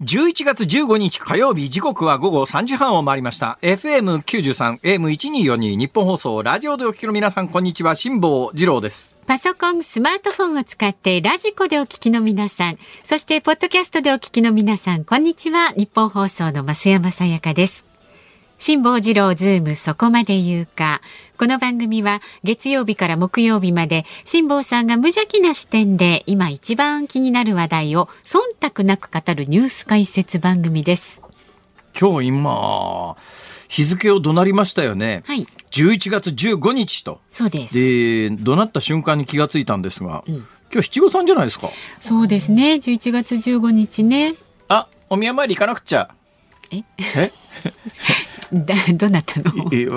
11月15日火曜日、時刻は午後3時半を回りました。 FM93 AM1242 日本放送ラジオでお聞きの皆さん、こんにちは。辛坊治郎です。 パソコン、スマートフォンを使ってラジコでお聞きの皆さん、そしてポッドキャストでお聞きの皆さん、こんにちは。日本放送の増山さやかです。辛坊治郎ズームそこまで言うか。この番組は月曜日から木曜日まで辛坊さんが無邪気な視点で今一番気になる話題を忖度なく語るニュース解説番組です。 今日日付を怒鳴りましたよね、 はい、 11月15日と。 そうです。 で、怒鳴った瞬間に気がついたんですが、今日七五三じゃないですか。 そうですね、11月15日ね。 あ、お宮参り行かなくちゃ。えどうなったの？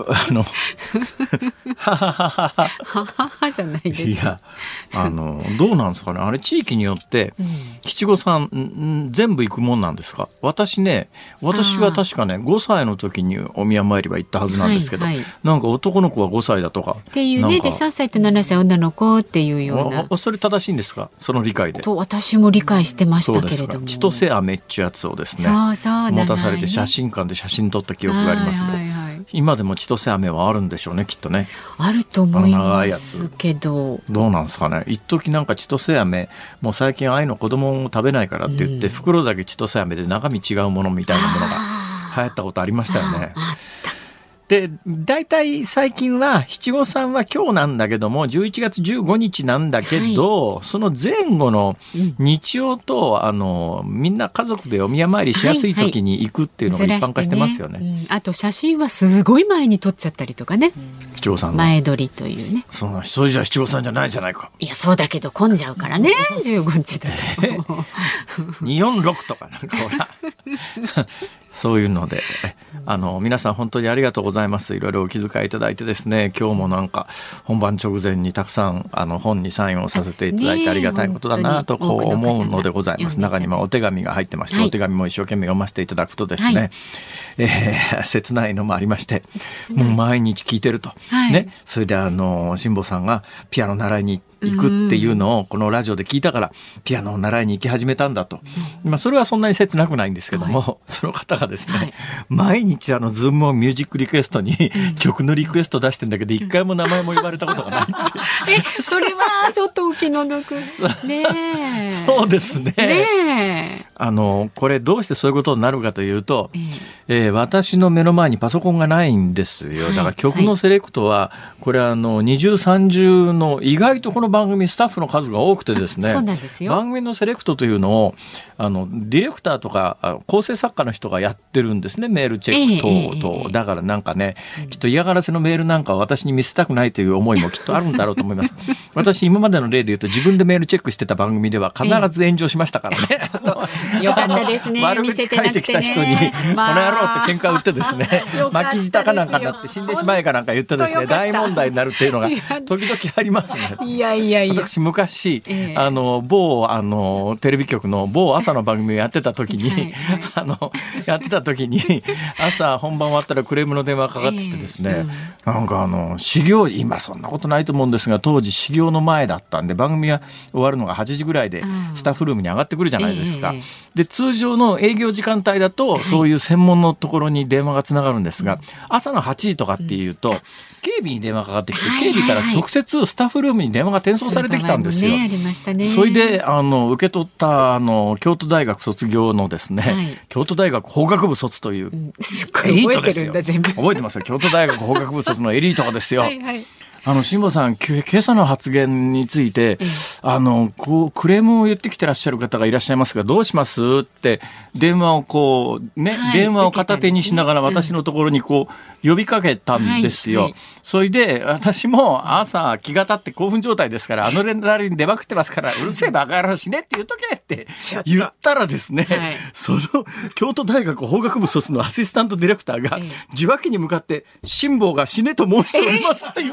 はははははじゃないです。 いや、どうなんですかね。あれ地域によって七五三全部行くもんなんですか。私は確かね5歳の時にお宮参りは行ったはずなんですけど、はいはい、なんか男の子は5歳だとかっていうね、で3歳と7歳女の子っていうような。 それ正しいんですか、その理解で。 と私も理解してましたけれども。 千歳飴っちゅうやつをですね、持たされて写真館で写真撮った記憶がありますね。今でも千歳飴はあるんでしょうね、きっとね。 あると思いますけど、 どうなんですかね。一時なんか千歳飴もう最近ああいうの子供食べないからって言って、袋だけ千歳飴で中身違うものみたいなものが流行ったことありましたよね。で、大体最近は七五三は今日なんだけども11月15日なんだけど、はい、その前後の日曜と、みんな家族でお宮参りしやすい時に行くっていうのが一般化してますよね。 あと写真はすごい前に撮っちゃったりとかね、 七五三の前撮りというね。 それじゃ七五三じゃないじゃないか。 いや、そうだけど混んじゃうからね15日だと 246とかなんかほらそういうので皆さん本当にありがとうございます。いろいろお気遣いいただいてですね、今日もなんか本番直前にたくさん本にサインをさせていただいてありがたいことだなとこう思うのでございます。中にもお手紙が入ってまして、はい、お手紙も一生懸命読ませていただくとですね、はい、切ないのもありまして、もう毎日聞いてると、はい、ね、それで辛坊さんがピアノ習いに行くっていうのをこのラジオで聞いたからピアノを習いに行き始めたんだと、それはそんなに切なくないんですけども、はい、その方がですね、はい、毎日ズームをミュージックリクエストに曲のリクエスト出してんだけど一回も名前も言われたことがないってそれはちょっとお気の毒ね。 そうですね。 ね、 これどうしてそういうことになるかというと、私の目の前にパソコンがないんですよ。だから曲のセレクトはこれ二重三重の意外とこの番組スタッフの数が多くてですね、 そうなんですよ。 番組のセレクトというのをディレクターとか構成作家の人がやってるんですね、メールチェック等々。だからなんかね、きっと嫌がらせのメールなんかは私に見せたくないという思いもきっとあるんだろうと思います私今までの例で言うと自分でメールチェックしてた番組では必ず炎上しましたからね、 ちょっとよかったですね悪口書いてきた人に、この野郎って喧嘩売ってですね巻き舌かなんかになって死んでしまえかなんか言ってですね大問題になるっていうのが時々ありますね。 いや私昔、某テレビ局の某朝の番組をやってた時に、やってた時に朝本番終わったらクレームの電話かかってきてですね、なんか始業、今そんなことないと思うんですが当時始業の前だったんで番組が終わるのが8時ぐらいでスタッフルームに上がってくるじゃないですか。で通常の営業時間帯だとそういう専門のところに電話がつながるんですが、朝の8時とかっていうと警備に電話かかってきて、警備から直接スタッフルームに電話が転送されてきたんですよ。それで受け取った京都大学卒業のですね、京都大学法学部卒というエリートですよ。覚えてますよ。京都大学法学部卒のエリートがですよ。辛坊さん、今朝の発言について、クレームを言ってきてらっしゃる方がいらっしゃいますが、どうしますって電話を電話を片手にしながら私のところに呼びかけたんですよ。それで私も朝気が立って興奮状態ですから、連なりに出まくってますから、うるせえバカ野郎死ねって言うとけって言ったらですね、その京都大学法学部卒のアシスタントディレクターが受話器に向かって辛坊が死ねと申しておりますって言ったのよ。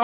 よ。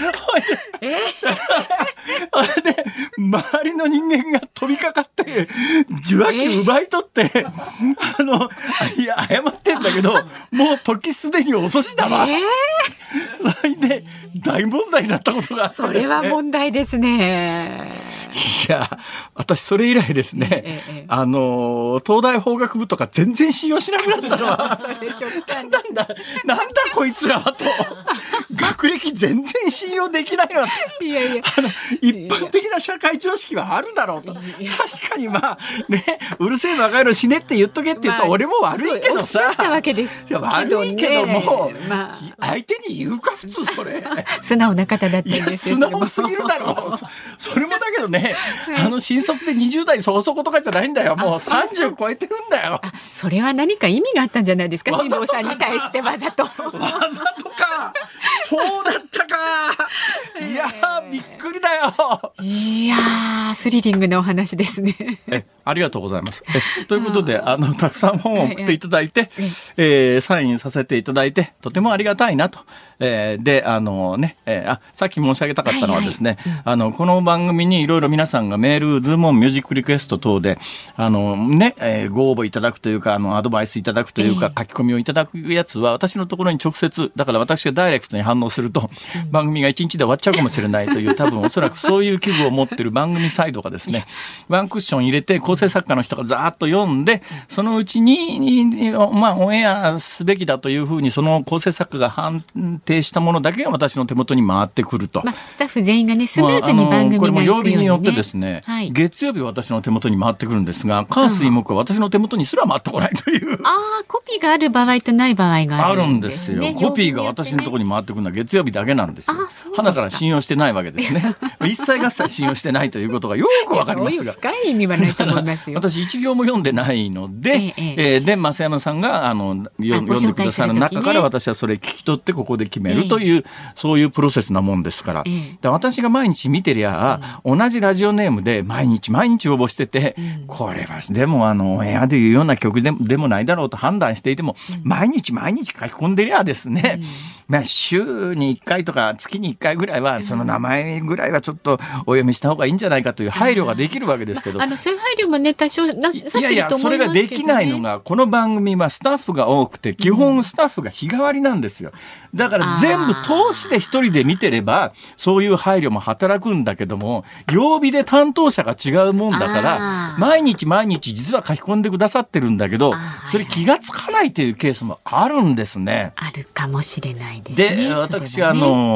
で周りの人間が飛びかかって受話器奪い取って、いや謝ってんだけどもう時すでに遅しだわ。それで大問題になったことがあってですね。 それは問題ですね。 いや私それ以来ですね、東大法学部とか全然信用しなくなったのはなんだこいつらはと学歴全然信用できないのって。 いやいや一般的な社会常識はあるだろうと。確かにまあね、うるせえ若いの死ねって言っとけって言うと俺も悪いけどさ、 おっしゃったわけですけどね。 悪いけども、相手に言うか普通それ素直な方だったんですよ。 素直すぎるだろう。それもだけどね、新卒で20代そこそことかじゃないんだよ。もう30超えてるんだよ。 それは何か意味があったんじゃないですか、辛坊さんに対してわざと。 わざとか。そうだったか。いやびっくりだよ。 いやスリリングなお話ですね。 ありがとうございます。ということでたくさん本を送っていただいて、サインさせていただいてとてもありがたいなと。でさっき申し上げたかったのはですね、この番組にいろいろ皆さんがメール、ズームオンミュージックリクエスト等でご応募いただくというかアドバイスいただくというか、書き込みをいただくやつは私のところに直接、だから私がダイレクトに反応すると、番組が1日で終わっちゃうかもしれないという多分おそらくそういう器具を持ってる番組サイドがですねワンクッション入れて構成作家の人がざーっと読んで、そのうちにオンエアすべきだというふうにその構成作家が判定したものだけが私の手元に回ってくると。 スタッフ全員がねスムーズに番組がこれも曜日によってねですね、月曜日は私の手元に回ってくるんですが、火水木は私の手元にすら回ってこないという。 コピーがある場合とない場合があるんですね。 あるんですよ。コピーが私のところに回ってくるのは月曜日だけなんですよ。花から信用してないわけですね。一切合切信用してないということがよくわかりますが。 そういう深い意味はないと思いますよ。 私一行も読んでないので、で増山さんが読んでくださる中から私はそれ聞き取ってここで決めるという、そういうプロセスなもんですから、私が毎日見てりゃ、同じラジオネームで毎日応募してて、これはでもオンエアでいうような曲でもないだろうと判断していても、毎日書き込んでりゃですね、週に1回とか月に1回ぐらいはその名前ぐらいはちょっとお読みした方がいいんじゃないかという配慮ができるわけですけど、 そういう配慮もね多少なさってると思いますけどね。いやそれができないのがこの番組はスタッフが多くて基本スタッフが日替わりなんですよ。だから全部通して一人で見てればそういう配慮も働くんだけども、曜日で担当者が違うもんだから毎日実は書き込んでくださってるんだけど、それ気がつかないというケースもあるんですね。 あるかもしれないですね。 で私は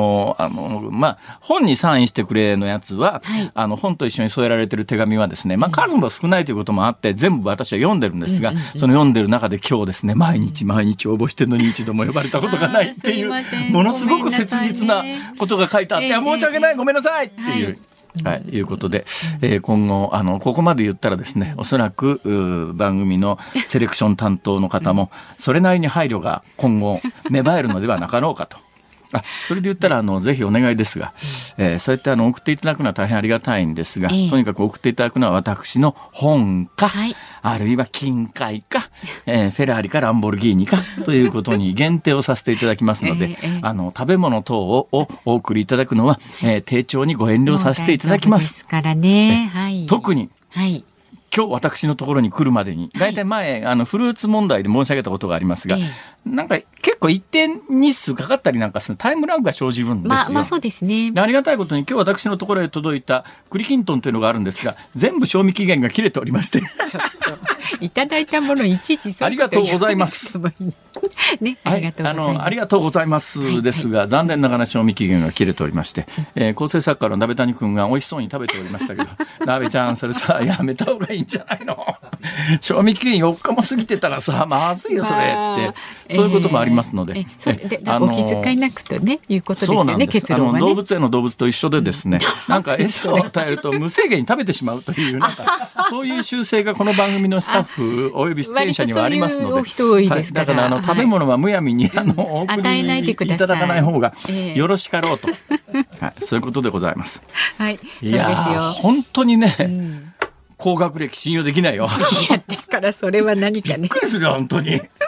本にサインしてくれのやつは、本と一緒に添えられてる手紙はですね、数も少ないということもあって全部私は読んでるんですが、その読んでる中で今日ですね毎日応募してるのに一度も呼ばれたことがないっていうものすごく切実なことが書いてあって、申し訳ない、ごめんなさいっていう。いうことで、今後ここまで言ったらですね、おそらく番組のセレクション担当の方もそれなりに配慮が今後芽生えるのではなかろうかと。それで言ったらぜひお願いですが、そうやって送っていただくのは大変ありがたいんですが、とにかく送っていただくのは私の本か、あるいは金塊か、フェラーリかランボルギーニかということに限定をさせていただきますので、食べ物等をお送りいただくのは、丁重にご遠慮させていただきます。 ですからね、 特に、今日私のところに来るまでにだいたい前フルーツ問題で申し上げたことがありますが、なんか結構一定日数かかったりなんかするタイムラグが生じるんですよ。 そうですね。 ありがたいことに今日私のところへ届いた栗きんとんというのがあるんですが、全部賞味期限が切れておりましてちょっといただいたものいちいちありがとうございますね、ありがとうございます。 ありがとうございますですが、残念ながら賞味期限が切れておりまして、構成作家の鍋谷くんが美味しそうに食べておりましたけど鍋ちゃんそれさやめた方がいいんじゃないの賞味期限4日も過ぎてたらさまずいよそれってそういうこともありますので、 お気遣いなくとねいうことですよね。結論はね、 動物園の動物と一緒でですね、なんか餌を与えると無制限に食べてしまうというなんかそういう習性がこの番組のスタッフおよび出演者にはありますので、だから食べ物はむやみにお送りいただかない方がよろしかろうと、そういうことでございます。いや本当にね、高学歴信用できないよ。 いやだからそれは何かね。 びっくりするよ本当に。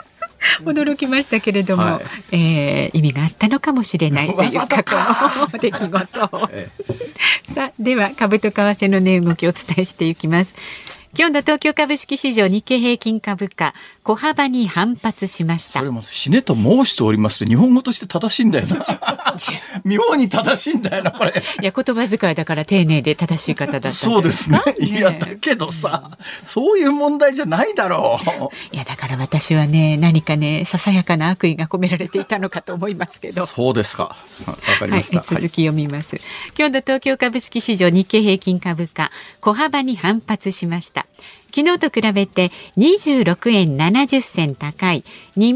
驚きましたけれども、 は意味があったのかもしれないという過去の出来事をさあ、では株と為替の値動きをお伝えしていきます。今日の東京株式市場日経平均株価小幅に反発しました。 それも死ねと申しておりますって日本語として正しいんだよな妙に正しいんだよなこれ。 いや、言葉遣いだから丁寧で正しい方だったんじゃないですか。 そうですね。いやだけどさ、そういう問題じゃないだろう。いやだから私はね、何かね、ささやかな悪意が込められていたのかと思いますけど。 そうですか。わかりました。 続き読みます。今日の東京株式市場日経平均株価小幅に反発しました。昨日と比べて26円70銭高い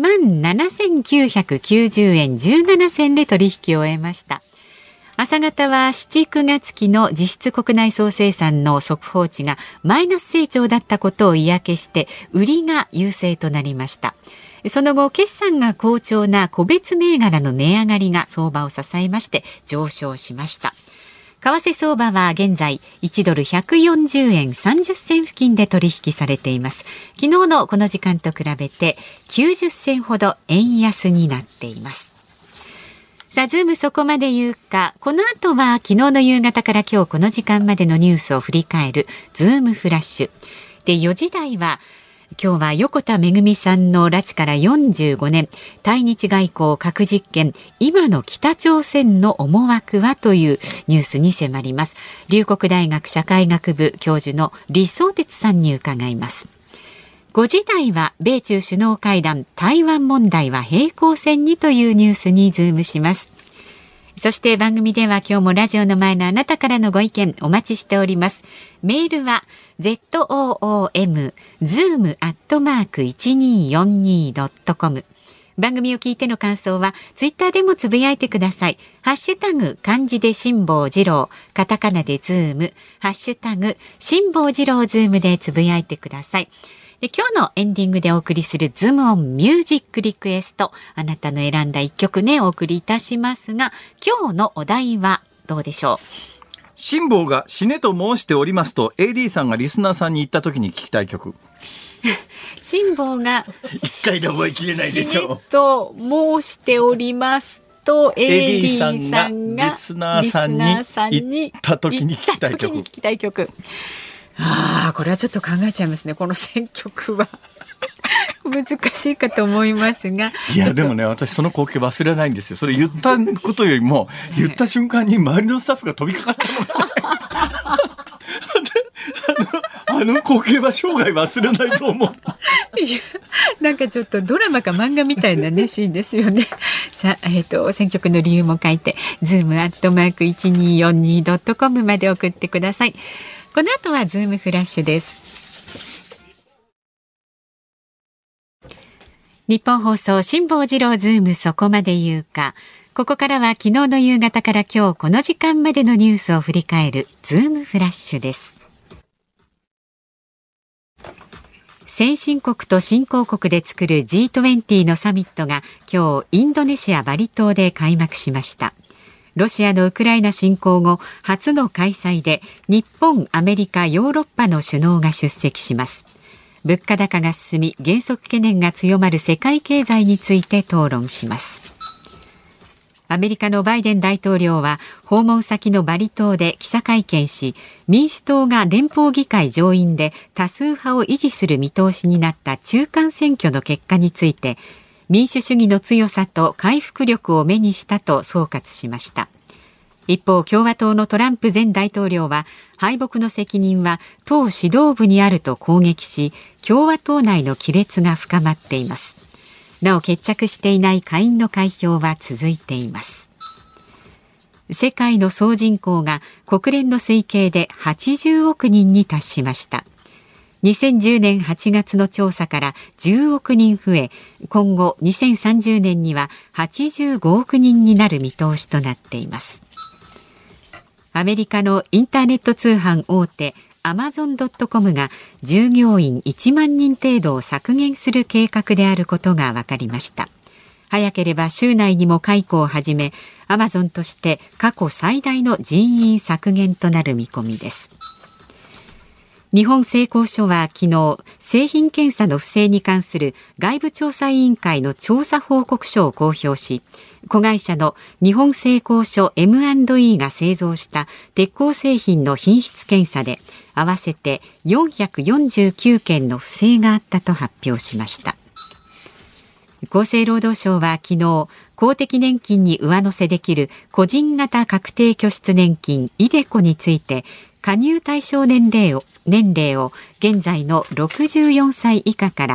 27,990 円17銭で取引を終えました。朝方は7、9月期の実質国内総生産の速報値がマイナス成長だったことを嫌気して売りが優勢となりました。その後決算が好調な個別銘柄の値上がりが相場を支えまして上昇しました。為替相場は現在1ドル140円30銭付近で取引されています。昨日のこの時間と比べて90銭ほど円安になっています。さあ、ズームそこまで言うか。この後は昨日の夕方から今日この時間までのニュースを振り返るズームフラッシュで、4時台は今日は横田めぐみさんの拉致から45年対日外交核実験今の北朝鮮の思惑はというニュースに迫ります。龍谷大学社会学部教授の李相哲さんに伺います。5時台は米中首脳会談台湾問題は平行線にというニュースにズームします。そして番組では今日もラジオの前のあなたからのご意見お待ちしております。メールは zoom@1242.com。 番組を聞いての感想はツイッターでもつぶやいてください。ハッシュタグ漢字で辛坊治郎、カタカナでズーム、ハッシュタグ辛坊治郎ズームでつぶやいてください。で、今日のエンディングでお送りするズームオンミュージックリクエスト、あなたの選んだ一曲ねお送りいたしますが、今日のお題はどうでしょう。 辛坊が死ねと申しておりますと AD さんがリスナーさんに言った時に聞きたい曲。 辛坊が一回で覚えきれないでしょう。 死ねと申しておりますと AD さんがリスナーさんに言った時に聞きたい曲。 これはちょっと考えちゃいますね。この選曲は難しいかと思いますが、 いやでもね、私その光景忘れないんですよ。それ言ったことよりも言った瞬間に周りのスタッフが飛びかかったのあの光景は生涯忘れないと思う。 いや、なんかちょっとドラマか漫画みたいなねシーンですよね。さあ、選曲の理由も書いて zoom@1242.com まで送ってください。この後はズームフラッシュです。日本放送辛坊治郎ズームそこまで言うか。ここからは昨日の夕方から今日この時間までのニュースを振り返るズームフラッシュです。先進国と新興国で作る G20 のサミットが今日インドネシアバリ島で開幕しました。ロシアのウクライナ侵攻後初の開催で日本、アメリカ、ヨーロッパの首脳が出席します。物価高が進み減速懸念が強まる世界経済について討論します。アメリカのバイデン大統領は訪問先のバリ島で記者会見し、民主党が連邦議会上院で多数派を維持する見通しになった中間選挙の結果について民主主義の強さと回復力を目にしたと総括しました。一方、共和党のトランプ前大統領は敗北の責任は党指導部にあると攻撃し、共和党内の亀裂が深まっています。なお決着していない下院の開票は続いています。世界の総人口が国連の推計で80億人に達しました。2010年8月の調査から10億人増え、今後2030年には85億人になる見通しとなっています。アメリカのインターネット通販大手Amazon.com が従業員1万人程度を削減する計画であることが分かりました。早ければ週内にも解雇を始め、Amazon として過去最大の人員削減となる見込みです。 日本製鋼所は昨日、製品検査の不正に関する外部調査委員会の調査報告書を公表し、子会社の日本製鋼所 M&E が製造した鉄鋼製品の品質検査で合わせて449件の不正があったと発表しました。厚生労働省は昨日、公的年金に上乗せできる個人型確定拠出年金iDeCoについて、加入対象年齢を現在の64歳以下から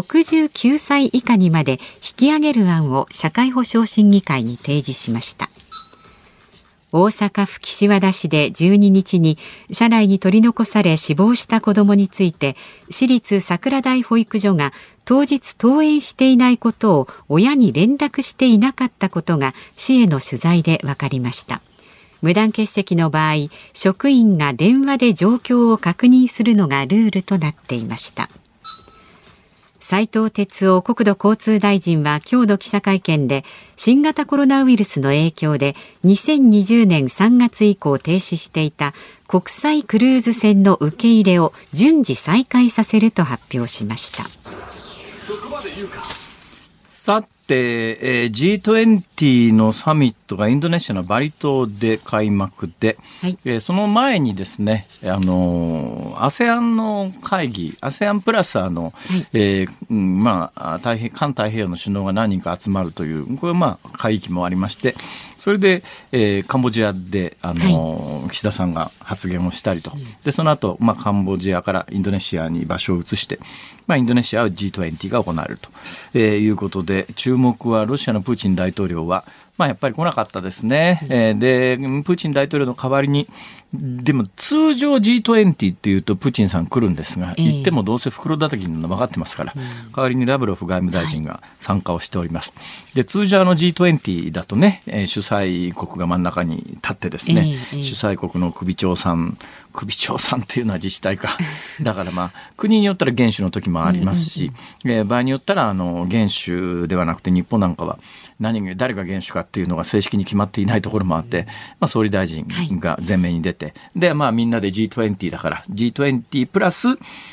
69歳以下にまで引き上げる案を社会保障審議会に提示しました。大阪府岸和田市で12日に車内に取り残され死亡した子どもについて、市立桜台保育所が当日登園していないことを親に連絡していなかったことが市への取材で分かりました。無断欠席の場合、職員が電話で状況を確認するのがルールとなっていました。斉藤鉄夫国土交通大臣は今日の記者会見で、新型コロナウイルスの影響で2020年3月以降停止していた国際クルーズ船の受け入れを順次再開させると発表しました。 そこまで言うか。さて、G20 のサミットがインドネシアのバリ島で開幕で、はい、その前にですね、ASEAN の会議、ASEAN プラスはい、環太平洋の首脳が何人か集まるという、これ会議もありまして、それで、カンボジアで岸田さんが発言をしたりと、でその後、カンボジアからインドネシアに場所を移して、インドネシアは G20 が行われると、いうことで、注目はロシアのプーチン大統領は、やっぱり来なかったですね。で、プーチン大統領の代わりに、でも通常 G20 っていうとプーチンさん来るんですが、行ってもどうせ袋叩きに分かってますから、代わりにラブロフ外務大臣が参加をしております。で、通常G20 だとね、主催国が真ん中に立ってですね、主催国の首長さんっていうのは自治体か。だから国によったら元首の時もありますし、場合によったら元首ではなくて日本なんかは誰が元首かっていうのが正式に決まっていないところもあって、総理大臣が前面に出て、でみんなで G20 だから G20 プラス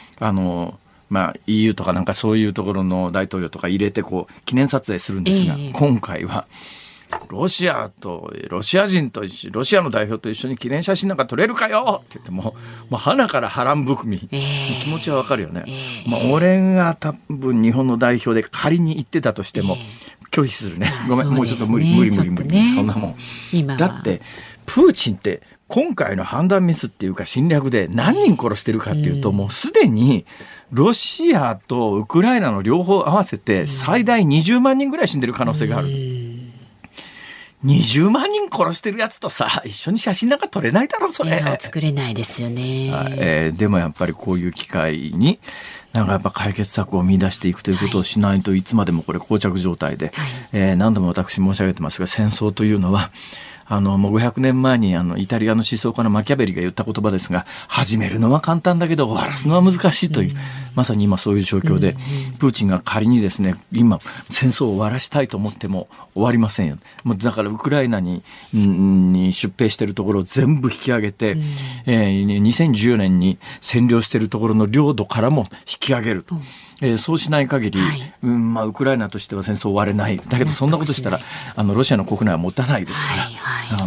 EU とかなんかそういうところの大統領とか入れて記念撮影するんですが、今回はロシア人とロシアの代表と一緒に記念写真なんか撮れるかよって言ってもう鼻から波乱含み、気持ちはわかるよね。俺が多分日本の代表で仮に行ってたとしても拒否するね。ごめん、もうちょっと無理、そんなもん。だってプーチンって今回の判断ミスっていうか侵略で何人殺してるかっていうと、もうすでにロシアとウクライナの両方合わせて最大20万人ぐらい死んでる可能性がある。20万人殺してるやつとさ、一緒に写真なんか撮れないだろそれ。 作れないですよね。 でもやっぱりこういう機会にやっぱ解決策を見出していくということをしないといつまでもこれ膠着状態で、何度も私申し上げてますが、戦争というのはもう500年前にイタリアの思想家のマキャベリが言った言葉ですが、始めるのは簡単だけど終わらすのは難しいという、まさに今そういう状況で、プーチンが仮にですね、今戦争を終わらしたいと思っても終わりませんよ。もうだからウクライナに出兵しているところを全部引き上げて、2014年に占領しているところの領土からも引き上げると。そうしない限り、ウクライナとしては戦争終われない。だけどそんなことしたらロシアの国内は持たないですから、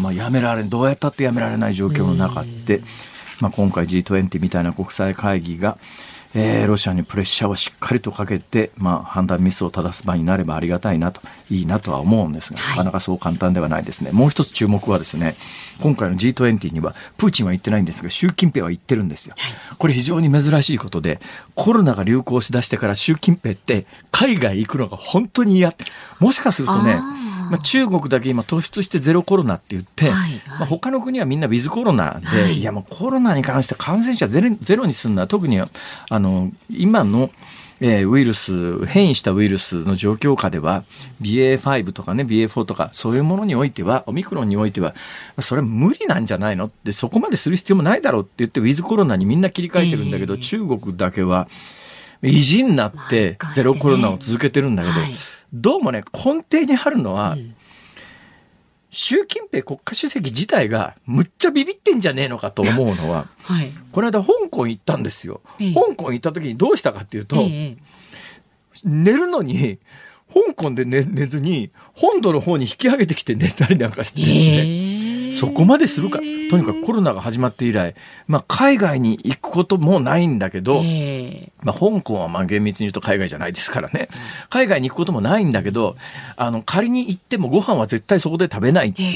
やめられどうやったってやめられない状況の中で、今回 G20 みたいな国際会議が、ロシアにプレッシャーをしっかりとかけて、判断ミスを正す場になればありがたいなと、いいなとは思うんですが、なかなかそう簡単ではないですね。もう一つ注目はですね、今回の G20 にはプーチンは行ってないんですが、習近平は行ってるんですよ。これ非常に珍しいことで、コロナが流行しだしてから習近平って海外行くのが本当に嫌。もしかするとね、中国だけ今突出してゼロコロナって言って、他の国はみんなウィズコロナで、いやもうコロナに関して感染者ゼロにするのは、特に今のウイルス、変異したウイルスの状況下では BA.5 とかね BA.4 とかそういうものにおいては、オミクロンにおいてはそれは無理なんじゃないのって、そこまでする必要もないだろうって言ってウィズコロナにみんな切り替えてるんだけど、中国だけは意地になってゼロコロナを続けてるんだけど、どうもね根底にあるのは、 習近平国家主席自体がむっちゃビビってんじゃねえのかと思うのは、はい、この間香港行ったんですよ。香港行った時にどうしたかっていうと、寝るのに香港で 寝ずに本土の方に引き上げてきて寝たりなんかしてですね、そこまでするか。とにかくコロナが始まって以来、海外に行くこともないんだけど、香港は厳密に言うと海外じゃないですからね、海外に行くこともないんだけど、仮に行ってもご飯は絶対そこで食べないっていう、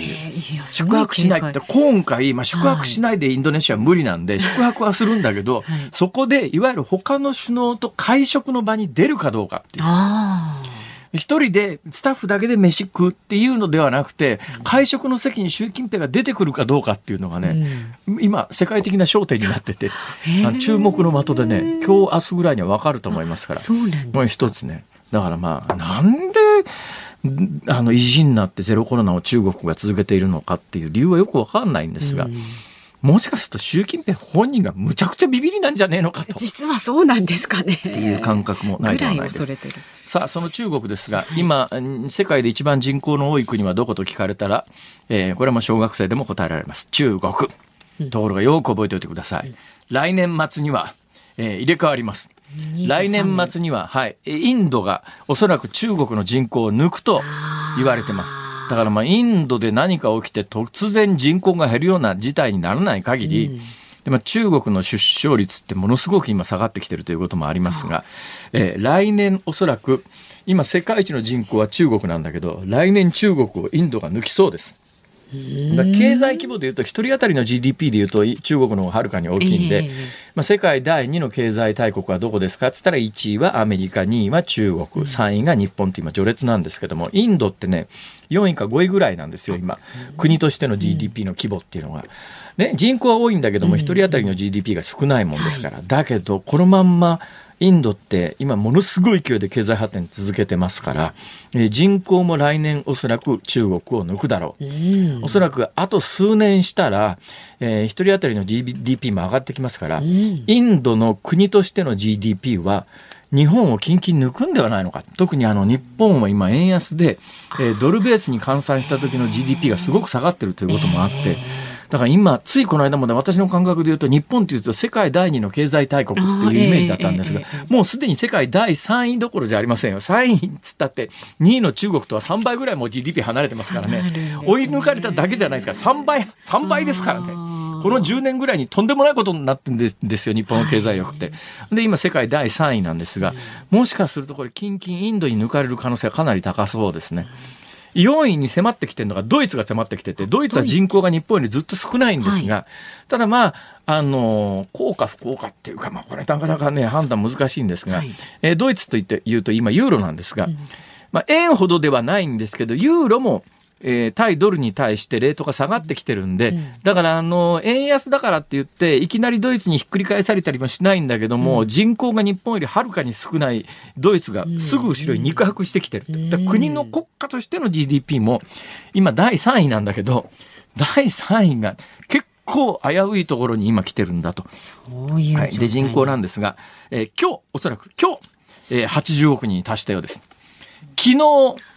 宿泊しないって。今回、宿泊しないでインドネシアは無理なんで、宿泊はするんだけど、そこでいわゆる他の首脳と会食の場に出るかどうかっていう。一人でスタッフだけで飯食うっていうのではなくて、会食の席に習近平が出てくるかどうかっていうのがね、今世界的な焦点になってて、注目の的でね、今日明日ぐらいには分かると思いますから。 そうなんです。 もう一つね、だからなんで意地になってゼロコロナを中国が続けているのかっていう理由はよく分かんないんですが、もしかすると習近平本人がむちゃくちゃビビりなんじゃねえのかと。 実はそうなんですかね。っていう感覚もないではないです。さあ、その中国ですが、今世界で一番人口の多い国はどこと聞かれたら、これはもう小学生でも答えられます。中国。ところがよく覚えておいてください。来年末には、入れ替わります。来年末には、インドがおそらく中国の人口を抜くと言われてます。だからインドで何か起きて突然人口が減るような事態にならない限り、で中国の出生率ってものすごく今下がってきているということもありますが、来年おそらく今世界一の人口は中国なんだけど、来年中国をインドが抜きそうです。経済規模でいうと1人当たりの GDP でいうと中国の方がはるかに大きいんで、世界第2の経済大国はどこですかって言ったら、1位はアメリカ、2位は中国、3位が日本って今序列なんですけども、インドってね4位か5位ぐらいなんですよ今、国としての GDP の規模っていうのが、ね、人口は多いんだけども1人当たりの GDP が少ないもんですから、だけどこのまんまインドって今ものすごい勢いで経済発展続けてますから、人口も来年おそらく中国を抜くだろう。おそらくあと数年したら、一人当たりの GDP も上がってきますから、インドの国としての GDP は日本をキンキン抜くんではないのか。特に日本は今円安で、ドルベースに換算した時の GDP がすごく下がってるということもあって、だから今ついこの間まで私の感覚で言うと、日本というと世界第2の経済大国っていうイメージだったんですが、もうすでに世界第3位どころじゃありませんよ。3位っつったって2位の中国とは3倍ぐらいも GDP 離れてますからね。追い抜かれただけじゃないですか。3倍ですからね。この10年ぐらいにとんでもないことになってるんですよ、日本の経済力って。で今世界第3位なんですが、もしかするとこれキンキンインドに抜かれる可能性はかなり高そうですね。4位に迫ってきてるのがドイツが迫ってきてて、ドイツは人口が日本よりずっと少ないんですが、ただ効果不効果っていうか、これなかなかね判断難しいんですが、ドイツと言うと今ユーロなんですが、円ほどではないんですけど、ユーロも対ドルに対してレートが下がってきてるんで、だから円安だからって言っていきなりドイツにひっくり返されたりもしないんだけども、人口が日本よりはるかに少ないドイツがすぐ後ろに肉薄してきてる。だから国の国家としての GDP も今第3位なんだけど、第3位が結構危ういところに今来てるんだと。 そういう状態。 で人口なんですが、おそらく今日、80億人に達したようです。昨日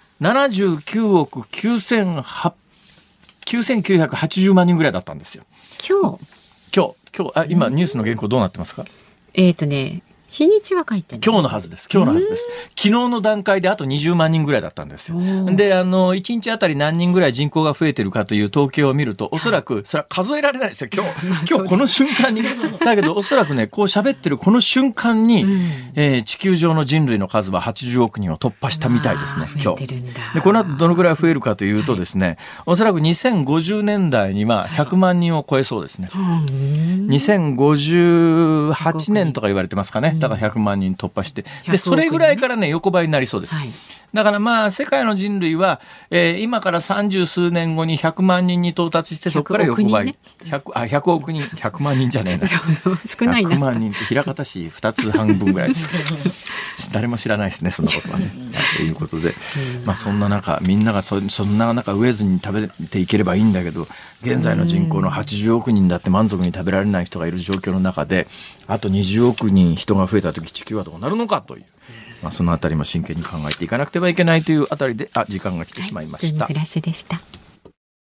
79億9980万人ぐらいだったんですよ。今日今ニュースの原稿どうなってますか？ 日にちは書いてない。 今日のはずです。昨日の段階であと20万人ぐらいだったんですよ。で1日あたり何人ぐらい人口が増えてるかという統計を見ると、おそらくそれは数えられないですよ。今日この瞬間にだけどおそらくね、こう喋ってるこの瞬間に、地球上の人類の数は80億人を突破したみたいですね。今日でこの後どのぐらい増えるかというとですね、おそらく2050年代には100万人を超えそうですね。2058年とか言われてますかね。だから100万人突破して、でそれぐらいからね横ばいになりそうです。だから世界の人類は、今から30数年後に100万人に到達して、そこから横ばい、100億人、100万人じゃねえな、 少ないな。 100万人って枚方市2つ半分ぐらいです誰も知らないですね、そんなことはねということで、そんな中みんながそんな中飢えずに食べていければいいんだけど、現在の人口の80億人だって満足に食べられない人がいる状況の中で、あと20億人人が増えた時地球はどうなるのかという、そのあたりも真剣に考えていかなくてはいけないというあたりで時間が来てしまいました。 ズームフラッシュでした。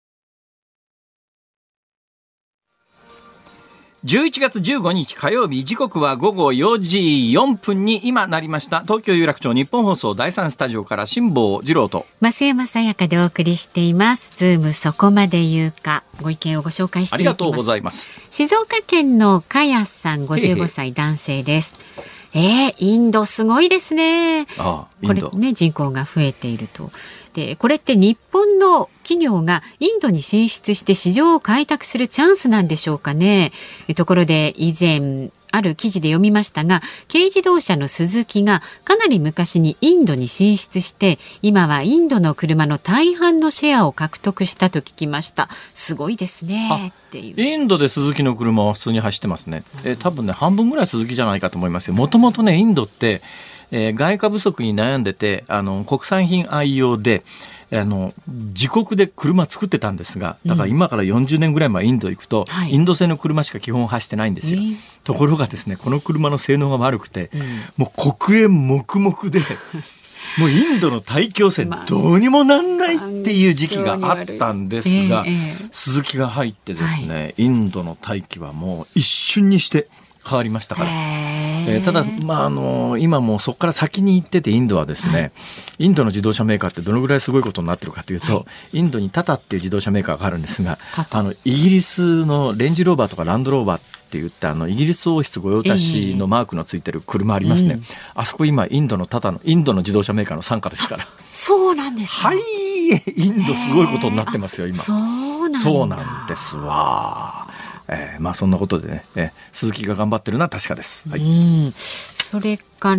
11月15日火曜日、時刻は午後4時4分に今なりました。東京有楽町日本放送第3スタジオから辛坊治郎と増山さやかでお送りしています。ズームそこまで言うか。ご意見をご紹介していきます。 ありがとうございます。 静岡県のかやさん、55歳男性です。インドすごいですね。 ああ、インド。 これね、人口が増えていると。で、これって日本の企業がインドに進出して市場を開拓するチャンスなんでしょうかね。ところで以前ある記事で読みましたが、軽自動車のスズキがかなり昔にインドに進出して、今はインドの車の大半のシェアを獲得したと聞きました。すごいですねっていう。 インドでスズキの車は普通に走ってますね。多分ね、半分ぐらいスズキじゃないかと思いますよ。もともとね、インドって、外貨不足に悩んでて、国産品愛用で、自国で車作ってたんですが、だから今から40年ぐらい前インド行くと、インド製の車しか基本走ってないんですよ。ところがですね、この車の性能が悪くて、もう黒煙黙々でもうインドの大気汚染どうにもなんないっていう時期があったんですが、スズキが入ってですね、インドの大気はもう一瞬にして変わりましたから。ただ、今もうそこから先に行ってて、インドはですね、インドの自動車メーカーってどのぐらいすごいことになってるかというと、インドにタタっていう自動車メーカーがあるんですが、イギリスのレンジローバーとかランドローバーって言ったイギリス王室御用達のマークのついてる車ありますね。あそこ今インドのインドの自動車メーカーの傘下ですから。 そうなんですか。 はい、インドすごいことになってますよ今。 そうなんですわ。そんなことでね、鈴木が頑張ってるのは確かです。はい、 それから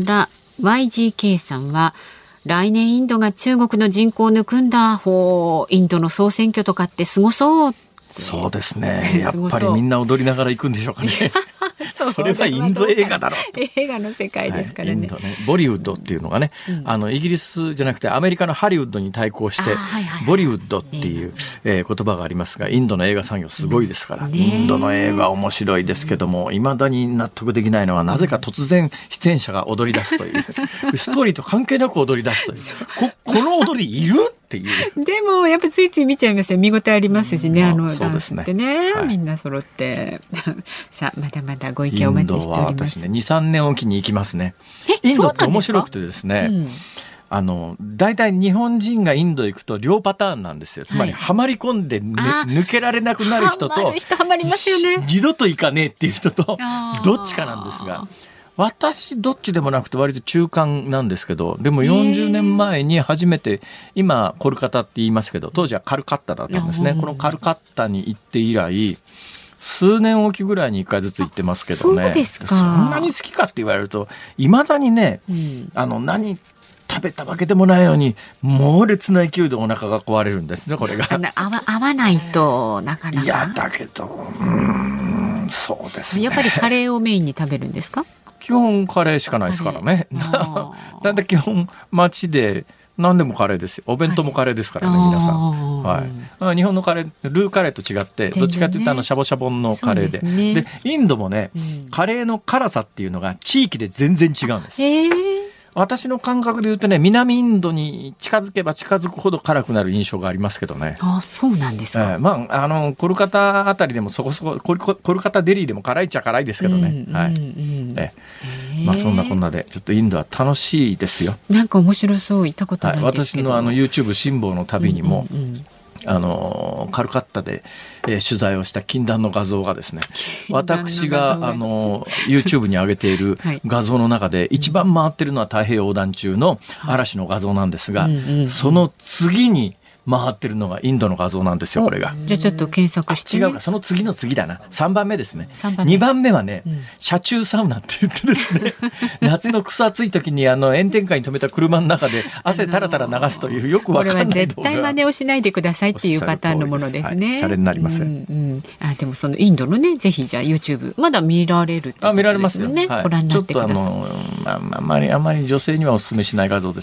YGK さんは、来年インドが中国の人口を抜くんだ。インドの総選挙とかってすごそう。 そうですね。やっぱりみんな踊りながら行くんでしょうかね。それはインド映画だろうと。 映画の世界ですからね。 インドね、ボリウッドっていうのがね、イギリスじゃなくてアメリカのハリウッドに対抗してボリウッドっていう、言葉がありますが、インドの映画産業すごいですから、インドの映画面白いですけども、未だに納得できないのは、なぜか突然出演者が踊り出すというストーリーと関係なく踊り出すというこの踊りいるっていう。 でもやっぱついつい見ちゃいますよ。見応えありますしね、 そうですね、 ダンスってね、みんな揃ってさあ、まだまだご意見お待ちしております。インドは私ね、 2,3 年おきに行きますね。インドって面白くてですね、だいたい日本人がインド行くと両パターンなんですよ。つまりはまり込んで、抜けられなくなる人と、 はまりますよね、 二度と行かねえっていう人と、どっちかなんですが、私どっちでもなくて割と中間なんですけど、でも40年前に初めて、今コルカタって言いますけど、当時はカルカッタだったんですね。このカルカッタに行って以来、数年おきぐらいに1回ずつ行ってますけどね。 そうですか。 そんなに好きかって言われると、いまだにね、何食べたわけでもないのに猛烈な勢いでお腹が壊れるんですね、これが。 合わないとなかなか。 いやだけど、そうですね。 やっぱりカレーをメインに食べるんですか？ 基本カレーしかないですからね。だんだん基本街で何でもカレーですよ。お弁当もカレーですからね、皆さん。はい。日本のカレー、ルーカレーと違って、どっちかというとシャボシャボンのカレーで。で、インドもね、カレーの辛さっていうのが地域で全然違うんです。私の感覚で言うとね、南インドに近づけば近づくほど辛くなる印象がありますけどね。 そうなんですか。 コルカタあたりでもそこそこ、コルカタデリーでも辛いっちゃ辛いですけどね。そんなこんなでちょっとインドは楽しいですよ。 なんか面白そう。行ったことないですけど。 私のYouTube 辛坊の旅にも、カルカッタで、取材をした禁断の画像がですね、私がYouTube に上げている画像の中で一番回ってるのは太平洋横断中の嵐の画像なんですが、その次に回ってるのがインドの画像なんですよ、これが。 じゃあちょっと検索して、 違うか、その次の次だな。3番目ですね。2番目はね、車中サウナって言ってですね、夏の草暑い時に炎天下に止めた車の中で汗たらたら流すという、よくわかんない動画。 これは絶対真似をしないでくださいっていうパターンのものですね。 シャレになりません。 でもそのインドのね、ぜひじゃあ YouTube まだ見られるってことですよね。 見られますよね。 ご覧になってください。 ちょっとあまり女性にはお勧めしない画像ですね。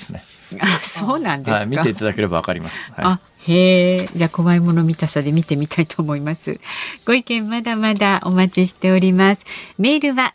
そうなんですか。 見ていただければわかります。 へえ、じゃあ怖いもの見たさで見てみたいと思います。ご意見まだまだお待ちしております。メールは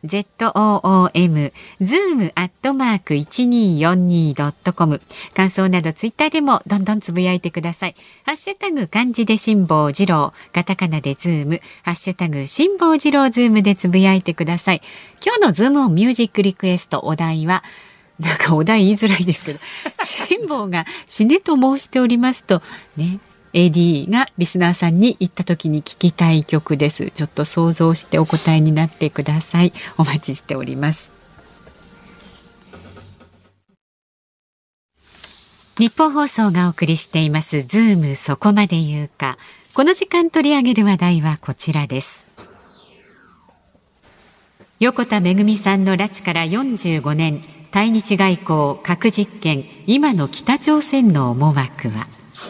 zoom@1242.com。感想などツイッターでもどんどんつぶやいてください。ハッシュタグ漢字で辛坊治郎、カタカナでズーム、ハッシュタグ辛坊治郎ズームでつぶやいてください。今日のズームオンミュージックリクエスト、お題はなんかお題言いづらいですけど辛坊が死ねと申しておりますとね、 AD がリスナーさんに言った時に聞きたい曲です。ちょっと想像してお答えになってください。お待ちしております。日本放送がお送りしていますズームそこまで言うか。この時間取り上げる話題はこちらです。横田めぐみさんの拉致から45年、対日外交、核実験、今の北朝鮮の思惑は。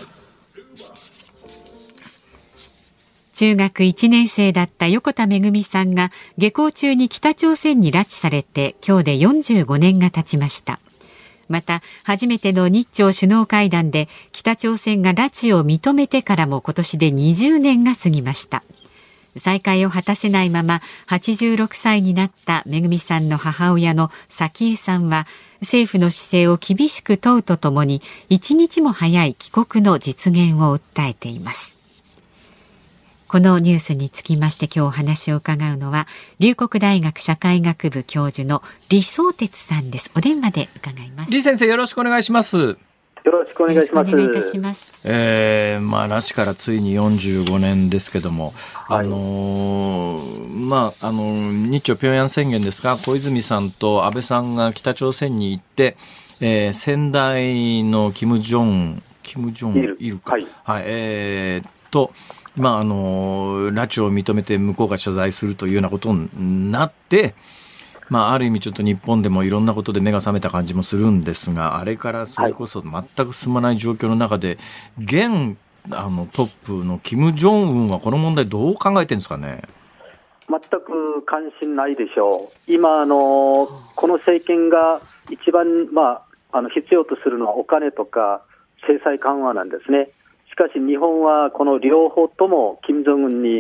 中学1年生だった横田めぐみさんが下校中に北朝鮮に拉致されて今日で45年が経ちました。また初めての日朝首脳会談で北朝鮮が拉致を認めてからも今年で20年が過ぎました。再会を果たせないまま86歳になっためぐみさんの母親の早紀江さんは政府の姿勢を厳しく問うとともに一日も早い帰国の実現を訴えています。このニュースにつきまして今日お話を伺うのは龍谷大学社会学部教授の李相哲さんです。お電話で伺います。 李先生、よろしくお願いします。 よろしくお願いします。 お願いいたします。 拉致からついに45年ですけども、日朝平壌宣言ですが、小泉さんと安倍さんが北朝鮮に行って、先代の金正恩いるか、と拉致を認めて向こうが謝罪するというようなことになって、ある意味ちょっと日本でもいろんなことで目が覚めた感じもするんですが、あれからそれこそ全く進まない状況の中で、現トップの金正恩はこの問題どう考えてるんですかね。 全く関心ないでしょう。今この政権が一番、必要とするのはお金とか制裁緩和なんですね。しかし日本はこの両方とも金正恩に、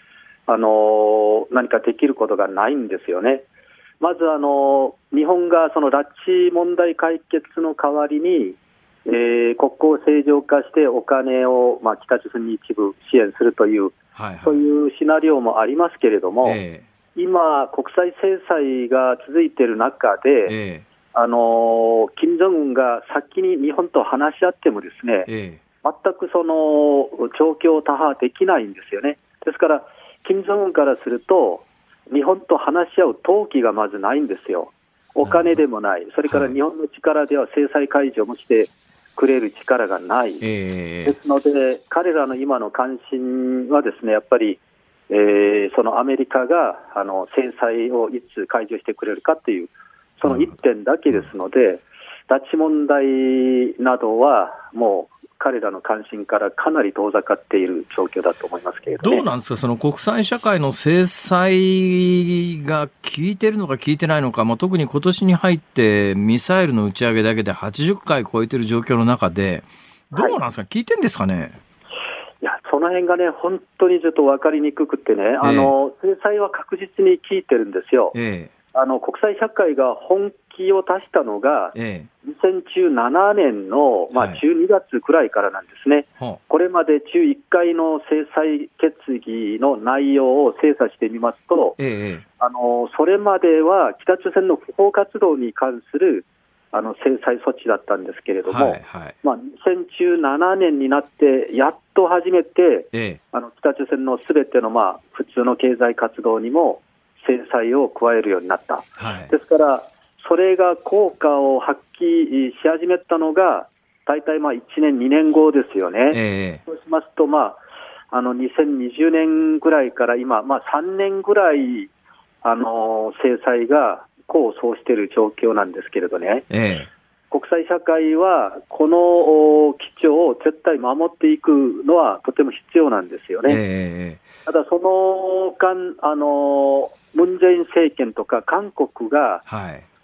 何かできることがないんですよね。まず日本がその拉致問題解決の代わりに、国交正常化してお金を、北朝鮮に一部支援するという、そういうシナリオもありますけれども、今国際制裁が続いている中で、金正恩が先に日本と話し合ってもですね、全くその状況を打破できないんですよね。ですから金正恩からすると日本と話し合う動機がまずないんですよ。お金でもない、それから日本の力では制裁解除もしてくれる力がない、ですので彼らの今の関心はですね、やっぱり、そのアメリカが制裁をいつ解除してくれるかというその一点だけですので、拉致問題などはもう彼らの関心からかなり遠ざかっている状況だと思いますけれどね。 どうなんですか、その国際社会の制裁が効いてるのか効いてないのか、特に今年に入ってミサイルの打ち上げだけで80回超えてる状況の中でどうなんですか、効いてるんですかね。 いや、その辺がね、本当にちょっと分かりにくくてね、制裁は確実に効いてるんですよ。国際社会が本気を出したのが、2017年の、12月くらいからなんですね。これまで11回の制裁決議の内容を精査してみますと、それまでは北朝鮮の不法活動に関する制裁措置だったんですけれども、2017年になってやっと初めて、北朝鮮のすべての普通の経済活動にも制裁を加えるようになった、ですからそれが効果を発揮し始めたのが大体1年2年後ですよね。そうしますと、2020年ぐらいから今、3年ぐらい制裁が功を奏している状況なんですけれどね、国際社会はこの基調を絶対守っていくのはとても必要なんですよね。ただその間ムン・ジェイン政権とか韓国が、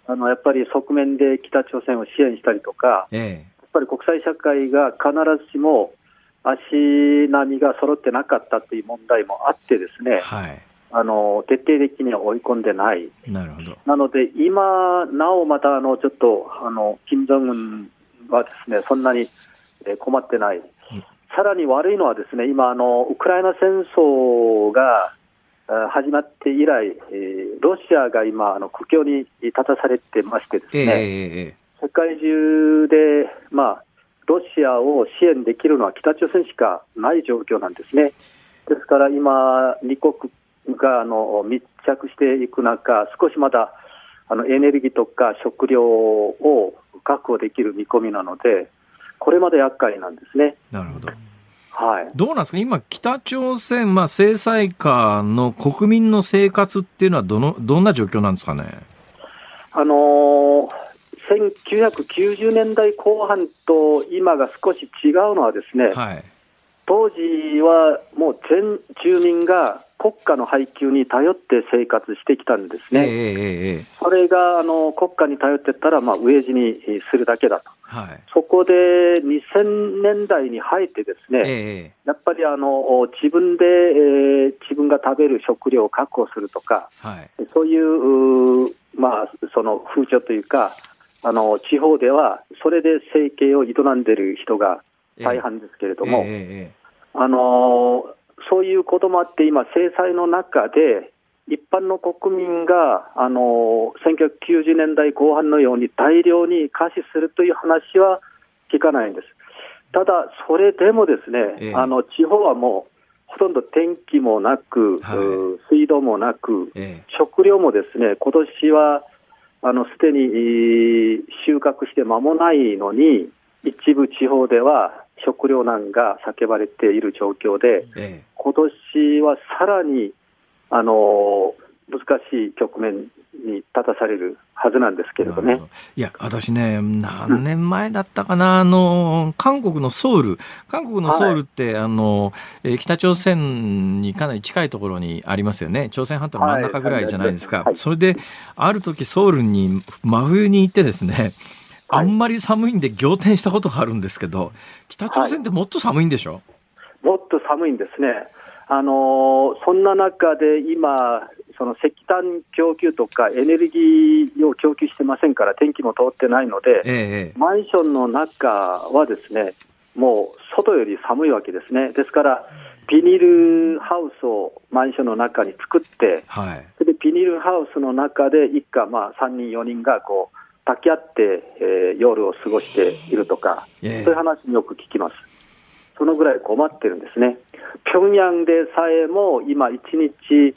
やっぱり側面で北朝鮮を支援したりとか、やっぱり国際社会が必ずしも足並みが揃ってなかったという問題もあってですね、徹底的には追い込んでない。 なるほど。 なので今なおまたちょっと金正恩はですね、そんなに困ってない。さらに悪いのはですね、今ウクライナ戦争が始まって以来、ロシアが今苦境に立たされてましてですね、世界中でロシアを支援できるのは北朝鮮しかない状況なんですね。ですから今2国が密着していく中、少しまだエネルギーとか食料を確保できる見込みなので、これまで厄介なんですね。 なるほど。 どうなんですか、今北朝鮮、制裁下の国民の生活っていうのはどんな状況なんですかね。 1990年代後半と今が少し違うのはですね、当時はもう全住民が国家の配給に頼って生活してきたんですね。それが国家に頼ってたら飢え死にするだけだと。そこで2000年代に入ってですね、やっぱり自分が食べる食料を確保するとか、そういうその風潮というか、地方ではそれで生計を営んでいる人が大半ですけれども、そういうこともあって今制裁の中で一般の国民が1990年代後半のように大量に餓死するという話は聞かないんです。ただそれでもですね、地方はもうほとんど天気もなく、水道もなく、食料もですね、今年はすでに収穫して間もないのに、一部地方では食糧難が叫ばれている状況で、今年はさらに難しい局面に立たされるはずなんですけれどね。 いや、私ね、何年前だったかな、韓国のソウルって、北朝鮮にかなり近いところにありますよね。朝鮮半島の真ん中ぐらいじゃないですか。それである時ソウルに真冬に行ってですね、あんまり寒いんで仰天したことがあるんですけど、北朝鮮ってもっと寒いんでしょ？ もっと寒いんですね。そんな中で今その石炭供給とかエネルギーを供給してませんから、天気も通ってないので、マンションの中はですね、もう外より寒いわけですね。ですからビニールハウスをマンションの中に作って、それでビニールハウスの中で一家3人4人がこう抱き合って、夜を過ごしているとか、そういう話によく聞きます。そのぐらい困ってるんですね。平壌でさえも今1日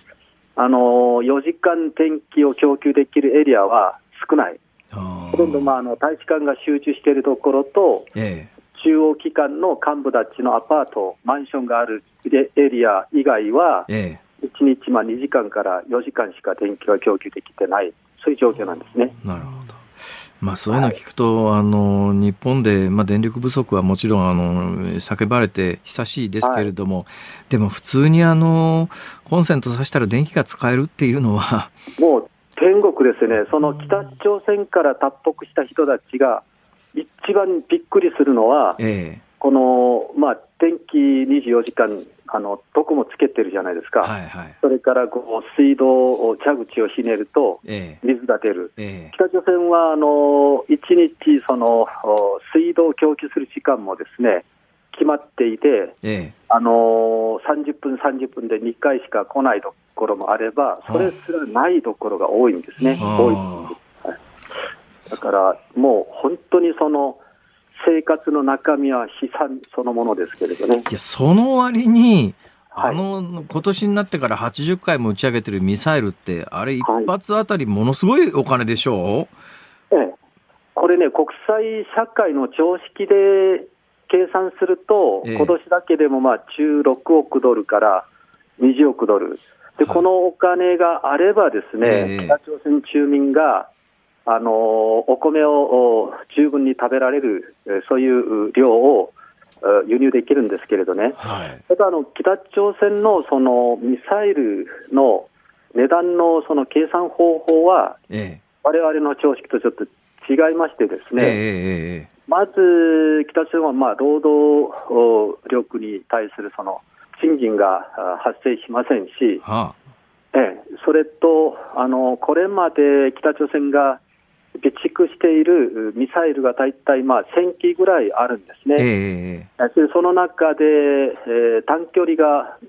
4時間天気を供給できるエリアは少ない。ほとんど大使館が集中しているところと、中央機関の幹部たちのアパート、マンションがあるエリア以外は、1日2時間から4時間しか電気が供給できてない、そういう状況なんですね。 なるほど。そういうのを聞くと、日本で、電力不足はもちろん叫ばれて久しいですけれども、でも普通にコンセント挿したら電気が使えるっていうのはもう天国ですね。その北朝鮮から脱北した人たちが一番びっくりするのは、この、電気24時間どこもつけてるじゃないですか。それから水道を蛇口をひねると水が出る。北朝鮮は1日その水道を供給する時間もですね決まっていて、30分で2回しか来ないところもあれば、それすらないところが多いんですね。だからもう本当にその生活の中身は悲惨そのものですけれどね。 いや、その割に今年になってから80回も打ち上げてるミサイルって、あれ一発あたりものすごいお金でしょう？ これね、国際社会の常識で計算すると、今年だけでも16億ドルから20億ドルで、このお金があればですね、北朝鮮住民がお米を十分に食べられる、そういう量を輸入できるんですけれどね。ただ北朝鮮のそのミサイルの値段のその計算方法は、 我々の常識とちょっと違いましてですね、まず北朝鮮は労働力に対するその賃金が発生しませんし、それとこれまで北朝鮮が備蓄しているミサイルが大体1000機ぐらいあるんですね。その中で、短距離が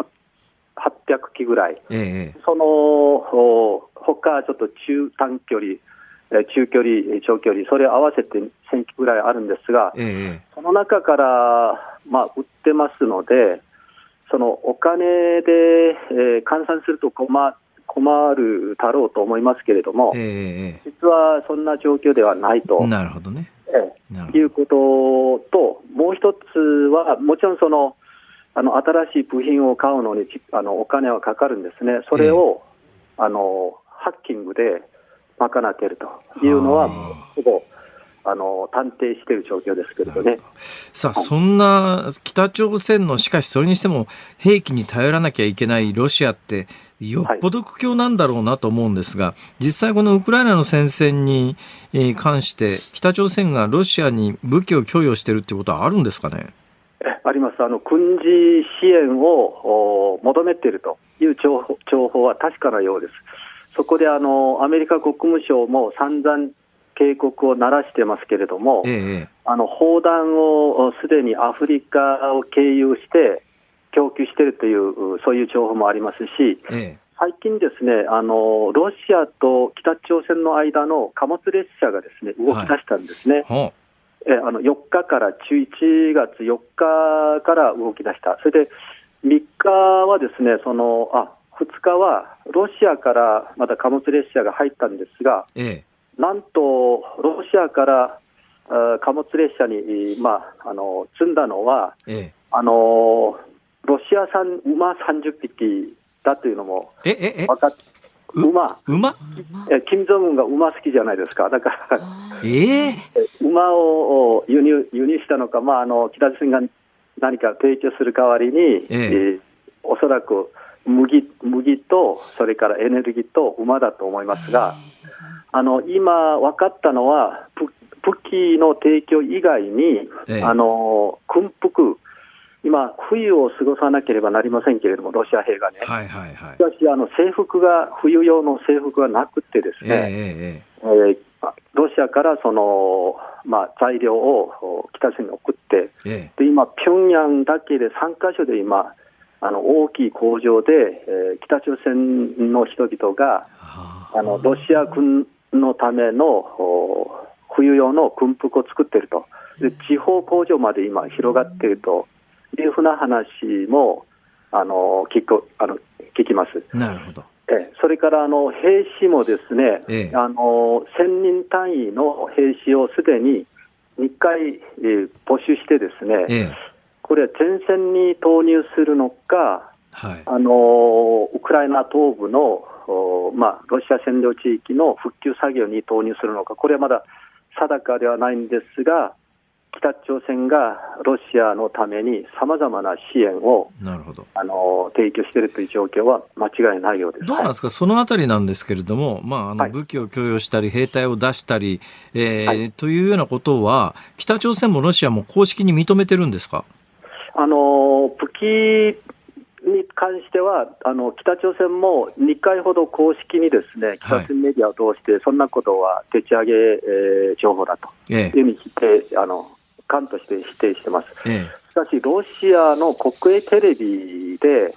800機ぐらい、その他ちょっと中短距離、中距離、長距離、それを合わせて1000機ぐらいあるんですが、その中から売ってますので、そのお金で、換算すると困るだろうと思いますけれども、実はそんな状況ではないと。 なるほどね。 いうことと、もう一つは、もちろんその新しい部品を買うのにお金はかかるんですね。それを、ハッキングで賄っているというのは、ほぼ探偵している状況ですけれどね。 さあ、そんな北朝鮮の、しかしそれにしても兵器に頼らなきゃいけないロシアってよっぽど苦境なんだろうなと思うんですが、実際このウクライナの戦線に関して北朝鮮がロシアに武器を供与しているってことはあるんですかね。 あります。軍事支援を求めているという情報は確かなようです。そこでアメリカ国務省も散々警告を鳴らしてますけれども、砲弾をすでにアフリカを経由して供給しているというそういう情報もありますし、最近ですね、ロシアと北朝鮮の間の貨物列車がですね動き出したんですね。4日から11月4日から動き出した。それで3日はですね、2日はロシアからまた貨物列車が入ったんですが、なんとロシアから貨物列車に、積んだのは、ロシア産馬30匹だというのも分かって、馬金正恩が馬好きじゃないですか。だから、馬を輸入したのか、北朝鮮が何か提供する代わりに、おそらく麦とそれからエネルギーと馬だと思いますが、今分かったのは武器の提供以外に、軍服、今冬を過ごさなければなりませんけれども、ロシア兵がね、しかし制服が冬用の制服がなくてですね、ロシアから材料を北朝鮮に送って、で今平壌だけで3カ所で今大きい工場で、北朝鮮の人々がロシア軍のための冬用の軍服を作っていると。で地方工場まで今広がっているというふうな話も聞きます。 なるほど。 それから兵士もですね、1000人単位の兵士をすでに2回、募集してですね、これは前線に投入するのか、ウクライナ東部のロシア占領地域の復旧作業に投入するのか、これはまだ定かではないんですが、北朝鮮がロシアのためにさまざまな支援を提供しているという状況は間違いないようです。 どうなんですか、そのあたりなんですけれども、武器を供与したり兵隊を出したり、というようなことは北朝鮮もロシアも公式に認めてるんですか。 武器に関しては北朝鮮も2回ほど公式にですね、北朝鮮メディアを通してそんなことはでち上げ、情報だというふうに官として否定してます。しかしロシアの国営テレビで、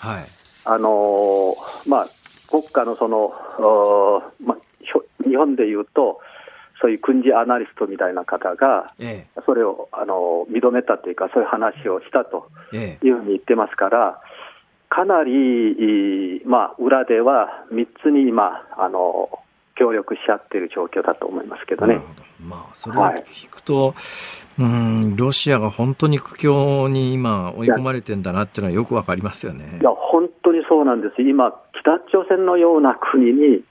国家の日本でいうとそういう軍事アナリストみたいな方が、それを認めたというか、そういう話をしたというふうに言ってますから、かなり、裏では3つに今協力し合っている状況だと思いますけどね。 それを聞くと、ロシアが本当に苦境に今追い込まれてんだなっていうのはよくわかりますよね。 いや本当にそうなんです。今北朝鮮のような国に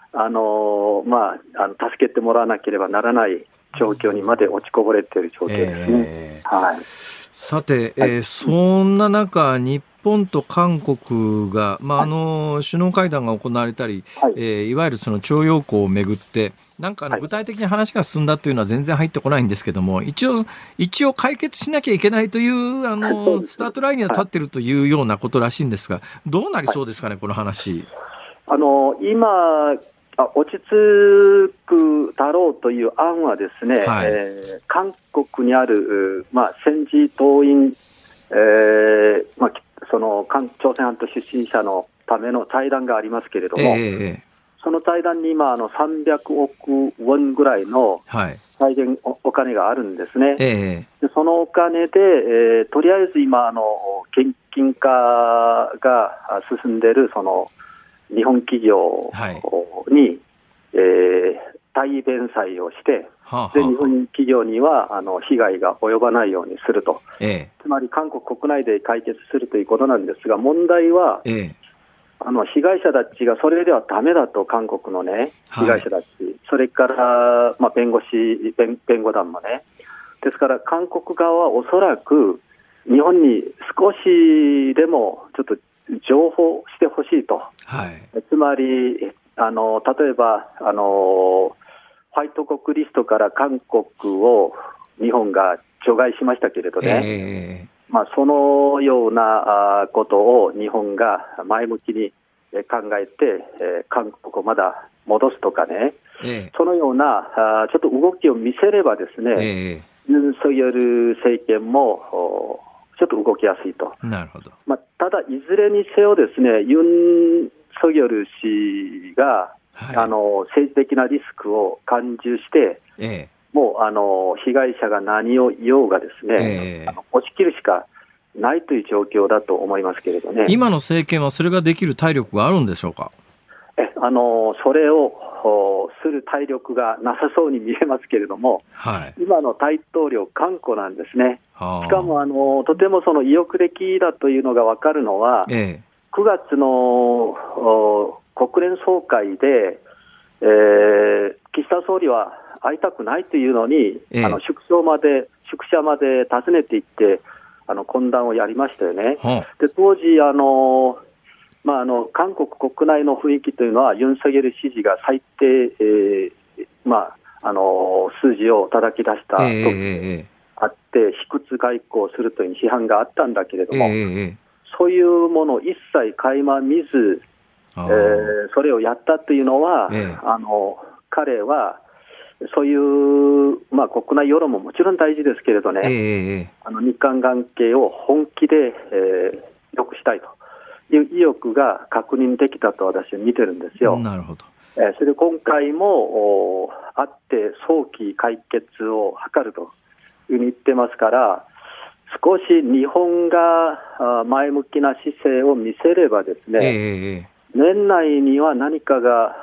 助けてもらわなければならない状況にまで落ちこぼれている状況ですね。 さて、そんな中日本と韓国が、首脳会談が行われたり、いわゆるその徴用工をめぐってなんか具体的に話が進んだというのは全然入ってこないんですけども、一応解決しなきゃいけないというスタートラインには立っているというようなことらしいんですが、どうなりそうですかね、この話。 今落ち着くだろうという案はですね、韓国にある、戦時党員、その朝鮮半島出身者のための財団がありますけれども、その財団に今300億ウォンぐらいの財源お金があるんですね。でそのお金で、とりあえず今現金化が進んでいるその日本企業に、対弁済をして、で日本企業には被害が及ばないようにすると、つまり韓国国内で解決するということなんですが、問題は、被害者たちがそれではダメだと、韓国のね、被害者たち、それから、弁護団もね、ですから韓国側はおそらく日本に少しでもちょっと情報してほしいと、つまり例えばホワイト国リストから韓国を日本が除外しましたけれどね、そのようなことを日本が前向きに考えて、韓国をまだ戻すとかね、そのようなちょっと動きを見せればですね、ユン・ソギョル政権もちょっと動きやすいと。 なるほど。 ただいずれにせよですね、ユン・ソギョル氏が、政治的なリスクを感じして、もう被害者が何を言おうがですね、押し切るしかないという状況だと思いますけれどね。 今の政権はそれができる体力があるんでしょうか。 それをする体力がなさそうに見えますけれども、今の大統領頑固なんですね。しかもとてもその意欲的だというのが分かるのは、9月の国連総会で、岸田総理は会いたくないというのに、宿舎まで訪ねて行って懇談をやりましたよね。で当時韓国国内の雰囲気というのはユン・ソギョル支持が最低、数字を叩き出したとあって、卑屈外交をするという批判があったんだけれども、そういうものを一切垣間見ず、それをやったというのは、彼はそういう、国内世論ももちろん大事ですけれどね、日韓関係を本気で、良くしたいという意欲が確認できたと私は見てるんですよ。 なるほど。 それで今回も会って早期解決を図るというふうに言ってますから、少し日本が前向きな姿勢を見せればですね、年内には何かが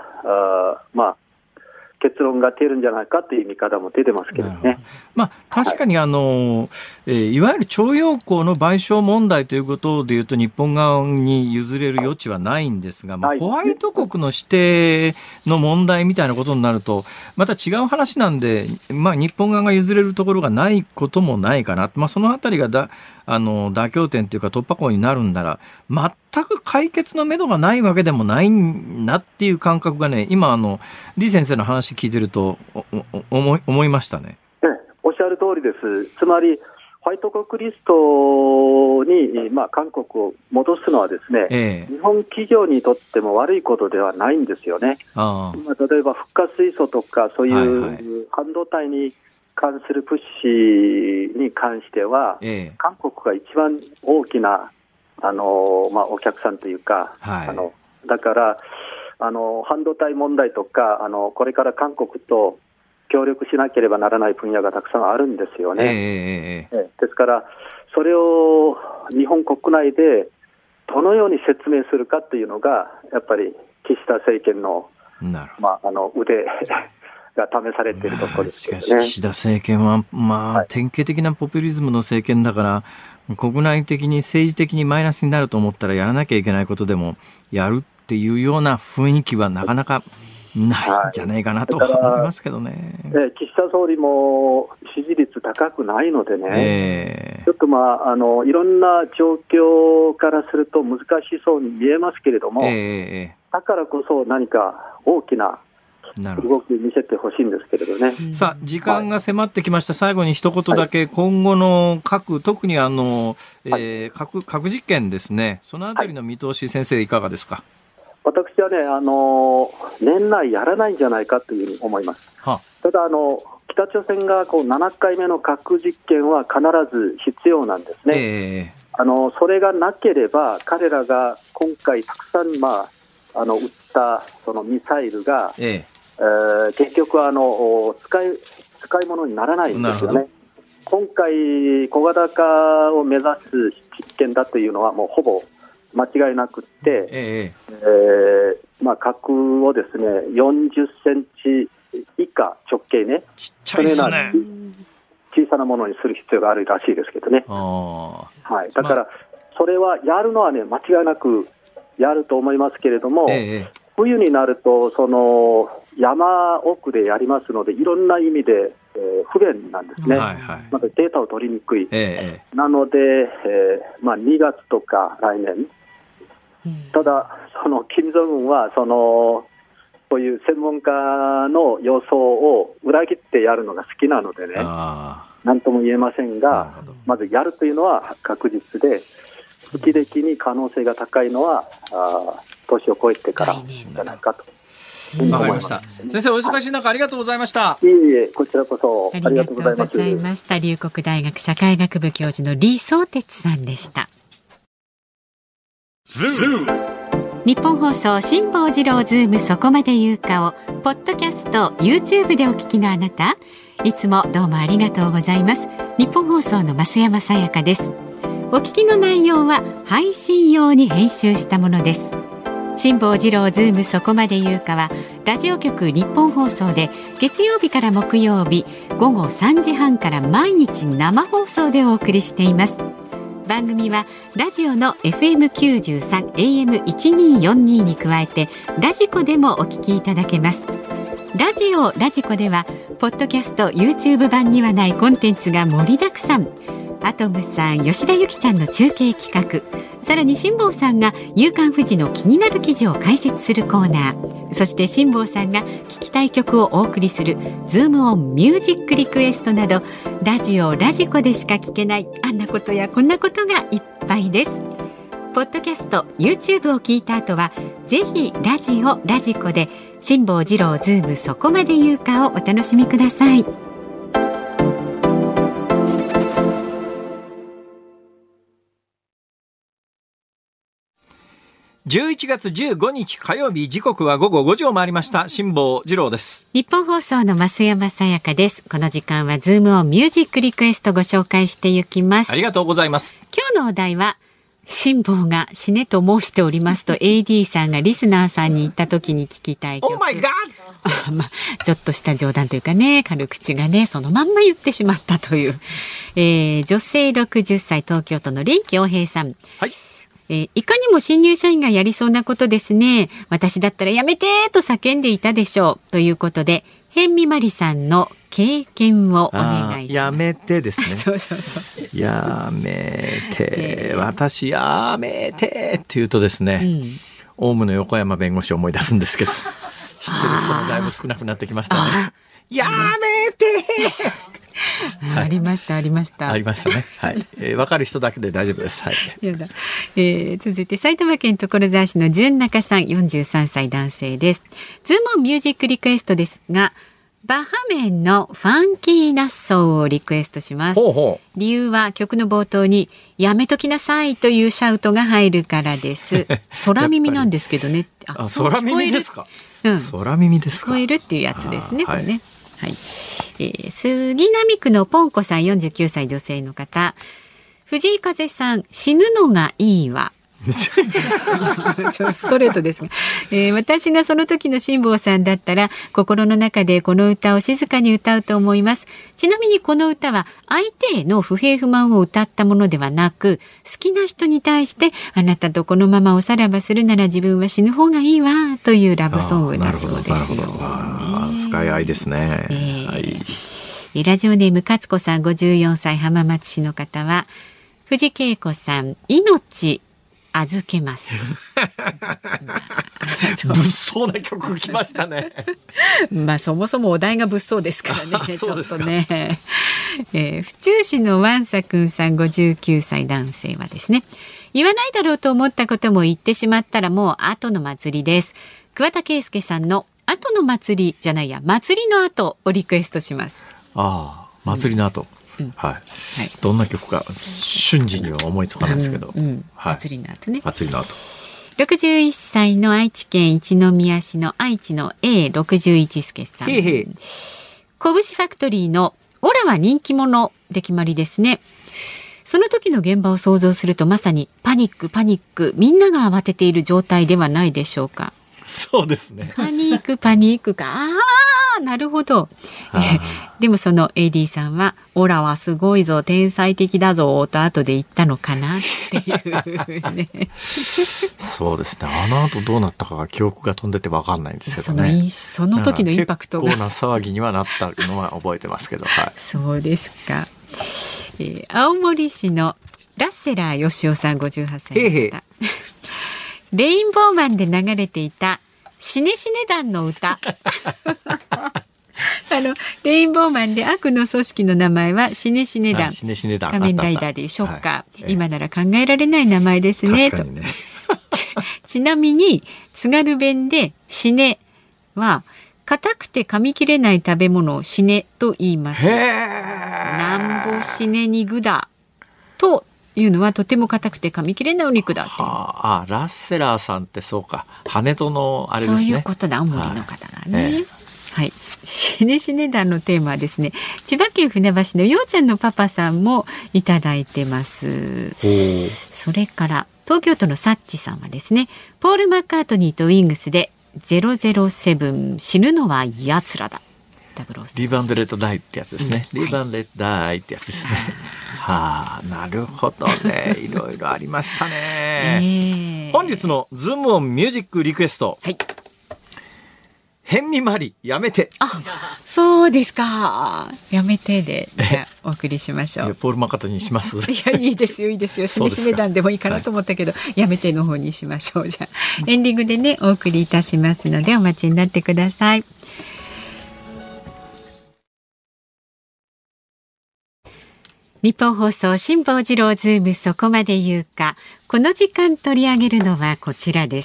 結論が出るんじゃないかという見方も出てますけどね。 確かにいわゆる徴用工の賠償問題ということでいうと日本側に譲れる余地はないんですが、ホワイト国の指定の問題みたいなことになるとまた違う話なんで、日本側が譲れるところがないこともないかな、そのあたりが妥協点というか突破口になるんなら全く解決のめどがないわけでもないなっていう感覚がね、今李先生の話聞いてると思いましたね。 おっしゃる通りです。つまりホワイト国リストに、韓国を戻すのはですね、日本企業にとっても悪いことではないんですよね。例えばフッ化水素とかそういう半導体に関する物資に関しては、韓国が一番大きなお客さんというか、だから半導体問題とかこれから韓国と協力しなければならない分野がたくさんあるんですよね。ですからそれを日本国内でどのように説明するかというのがやっぱり岸田政権の、腕が試されているところですね。 しかし岸田政権は、典型的なポピュリズムの政権だから国内的に政治的にマイナスになると思ったらやらなきゃいけないことでもやるっていうような雰囲気はなかなかないんじゃないかなと思いますけどね。 岸田総理も支持率高くないのでね、 ちょっといろんな状況からすると難しそうに見えますけれども、だからこそ何か大きな動き見せてほしいんですけれどね。 さあ時間が迫ってきました。最後に一言だけ、今後の特に核実験ですね、そのあたりの見通し、先生いかがですか？ 私はね、年内やらないんじゃないかというふうに思います。ただ北朝鮮が7回目の核実験は必ず必要なんですね。それがなければ彼らが今回たくさん撃ったそのミサイルが、結局使い物にならないんですよね。今回小型化を目指す実験だというのはもうほぼ間違いなくって、核をですね40センチ以下直径ね、 ちっちゃいですね、 小さなものにする必要があるらしいですけどね。だからそれはやるのはね間違いなくやると思いますけれども、冬になるとその山奥でやりますのでいろんな意味で、不便なんですね。またデータを取りにくい、なので、2月とか来年、ただその金正恩はそういう専門家の予想を裏切ってやるのが好きなのでね、なんとも言えませんが、まずやるというのは確実で、時々に可能性が高いのは年を越えてからじゃないかと。 わかりました。先生お忙しい中ありがとうございました。 いえこちらこそありがとうございます。 龍谷大学社会学部教授の李相哲さんでした。日本放送辛坊治郎ズームそこまで言うかをポッドキャスト YouTube でお聞きのあなた、いつもどうもありがとうございます。日本放送の増山さやかです。お聞きの内容は配信用に編集したものです。辛坊治郎ズームそこまで言うかはラジオ局日本放送で月曜日から木曜日午後3時半から毎日生放送でお送りしています。番組はラジオの FM93 AM1242 に加えてラジコでもお聞きいただけます。ラジコではポッドキャスト YouTube 版にはないコンテンツが盛りだくさん。アトムさん、吉田ゆきちゃんの中継企画、さらに辛坊さんが夕刊フジの気になる記事を解説するコーナー、そして辛坊さんが聞きたい曲をお送りするズームオンミュージックリクエストなど、ラジコでしか聞けないあんなことやこんなことがいっぱいです。ポッドキャスト YouTube を聞いた後はぜひラジコで辛坊治郎ズームそこまで言うかをお楽しみください。 11月15日火曜日、時刻は午後5時を回りました。辛坊治郎です。 日本放送の増山さやかです。この時間はズームオンミュージックリクエストご紹介していきます。 ありがとうございます。 今日のお題は辛坊が死ねと申しておりますとAD さんがリスナーさんに言った時に聞きたい曲。 オーマイガーちょっとした冗談というかね、軽口がねそのまんま言ってしまったという、女性60歳東京都の臨機応平さん。はい。いかにも新入社員がやりそうなことですね。私だったらやめてと叫んでいたでしょう。ということで、辺見まりさんの経験をお願いします。 やめてですね。 そう。 やめて、私やめてって言うとですね、オウムの横山弁護士を思い出すんですけど、知ってる人もだいぶ少なくなってきましたね。やめてありましたね。 はい。分かる人だけで大丈夫です。はい。 続いて埼玉県所沢市の純中さん、43歳男性です。ズームオンミュージックリクエストですが、バハメンのファンキーナッソーをリクエストします。理由は曲の冒頭にやめときなさいというシャウトが入るからです。空耳なんですけどね。 空耳ですか。空耳ですか。 聞こえるっていうやつですね。これね。はい。杉並区のポンコさん、49歳女性の方。藤井風さん、死ぬのがいいわ。ストレートですが、私がその時の辛坊さんだったら心の中でこの歌を静かに歌うと思います。ちなみにこの歌は相手への不平不満を歌ったものではなく、好きな人に対してあなたとこのままおさらばするなら自分は死ぬ方がいいわというラブソングだそうですよ。 深い愛ですね。 はい。 ラジオネーム勝子さん54歳浜松市の方は、藤恵子さん、命預けます物騒な曲来ましたねまあそもそもお題が物騒ですからねちょっとね、府中市のワンサくんさん59歳男性はですね、言わないだろうと思ったことも言ってしまったらもう後の祭りです。桑田佳祐さんの後の祭りじゃないや祭りの後をリクエストします。 ああ、祭りの後、はい、どんな曲か瞬時には思いつかないですけど、 祭りの後ね。 祭りの後。 61歳の愛知県一宮市の愛知の A61 助さん。拳ファクトリーのオラは人気者で決まりですね。その時の現場を想像するとまさにパニックみんなが慌てている状態ではないでしょうか。 そうですね。 パニックか。なるほど。でもその AD さんはオラはすごいぞ天才的だぞと後で言ったのかなっていうねそうですね。あの後どうなったかが記憶が飛んでて分かんないんですけどね。 その時のインパクトが結構な騒ぎにはなったのは覚えてますけど、はい、 そうですか。青森市のラッセラー吉尾さん58歳の方。レインボーマンで流れていたシネシネ団の歌レインボーマンで悪の組織の名前はシネシネ団、仮面ライダーでしょうか、今なら考えられない名前ですね。 確かにねちなみに津軽弁でシネは硬くて噛み切れない食べ物をシネと言います。なんぼシネ肉だというのはとても硬くて噛み切れないお肉だっていう。 ラッセラーさんってそうか、羽戸のあれですね。 そういうことだ、青森の方がね。はい、シネシネ団のテーマはですね、千葉県船橋のようちゃんのパパさんもいただいてます。それから東京都のサッチさんはですね、ポール・マッカートニーとウィングスで007死ぬのは奴らだ。 リーバンドレッドダイってやつですね。リーバンレッドダイってやつですね。なるほどね。いろいろありましたね。本日のズームオンミュージックリクエスト。ヘンミマリやめて。 そうですか。やめてでじゃあお送りしましょう。 ポールマッカートニーにします。 いやいいですよシネシネ団でもいいかなと思ったけど、やめての方にしましょう。じゃあエンディングでねお送りいたしますのでお待ちになってください。日本放送辛坊治郎ズームそこまで言うか。この時間取り上げるのはこちらです。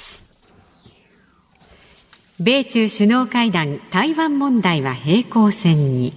米中首脳会談、台湾問題は平行線に。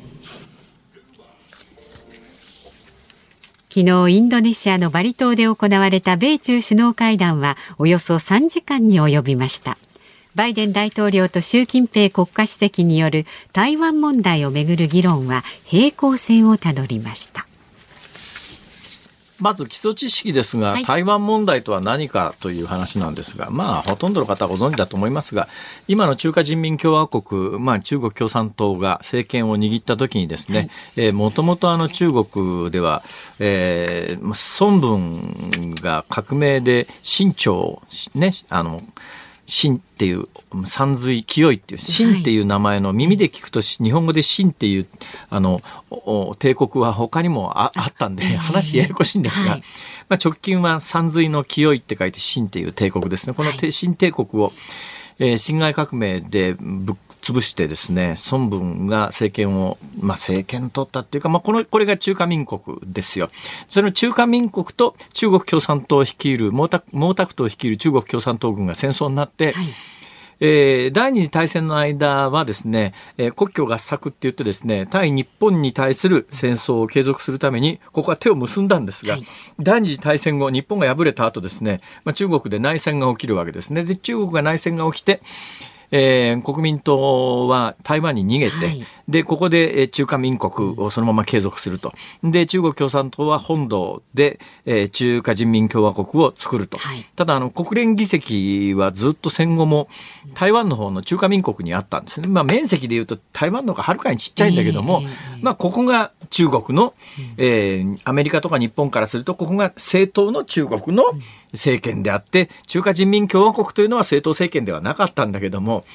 昨日インドネシアのバリ島で行われた米中首脳会談はおよそ3時間に及びました。バイデン大統領と習近平国家主席による台湾問題をめぐる議論は平行線をたどりました。 まず基礎知識ですが、台湾問題とは何かという話なんですが、ほとんどの方はご存知だと思いますが、今の中華人民共和国、中国共産党が政権を握った時にですね、もともと中国では、孫文が革命で清朝ね、秦っていう山水清いっていう秦っていう名前の耳で聞くと日本語で秦っていう帝国は他にも あったんで話ややこしいんですが、直近は山水の清いって書いて秦っていう帝国ですね。この秦帝国を辛亥革命でぶっ潰してですね、孫文が政権を取ったっていうか、これが中華民国ですよ。その中華民国と中国共産党を率いる毛沢東を率いる中国共産党軍が戦争になって、第二次大戦の間はですね、国共合作って言ってですね、対日本に対する戦争を継続するためにここは手を結んだんですが、第二次大戦後日本が敗れた後ですね、中国で内戦が起きるわけですね。で、中国が内戦が起きて国民党は台湾に逃げて、でここで中華民国をそのまま継続すると。で中国共産党は本土で中華人民共和国を作ると。ただ国連議席はずっと戦後も台湾の方の中華民国にあったんですね。面積でいうと台湾の方がはるかにちっちゃいんだけども、ここが中国の、アメリカとか日本からするとここが正統の中国の政権であって、中華人民共和国というのは正統政権ではなかったんだけども、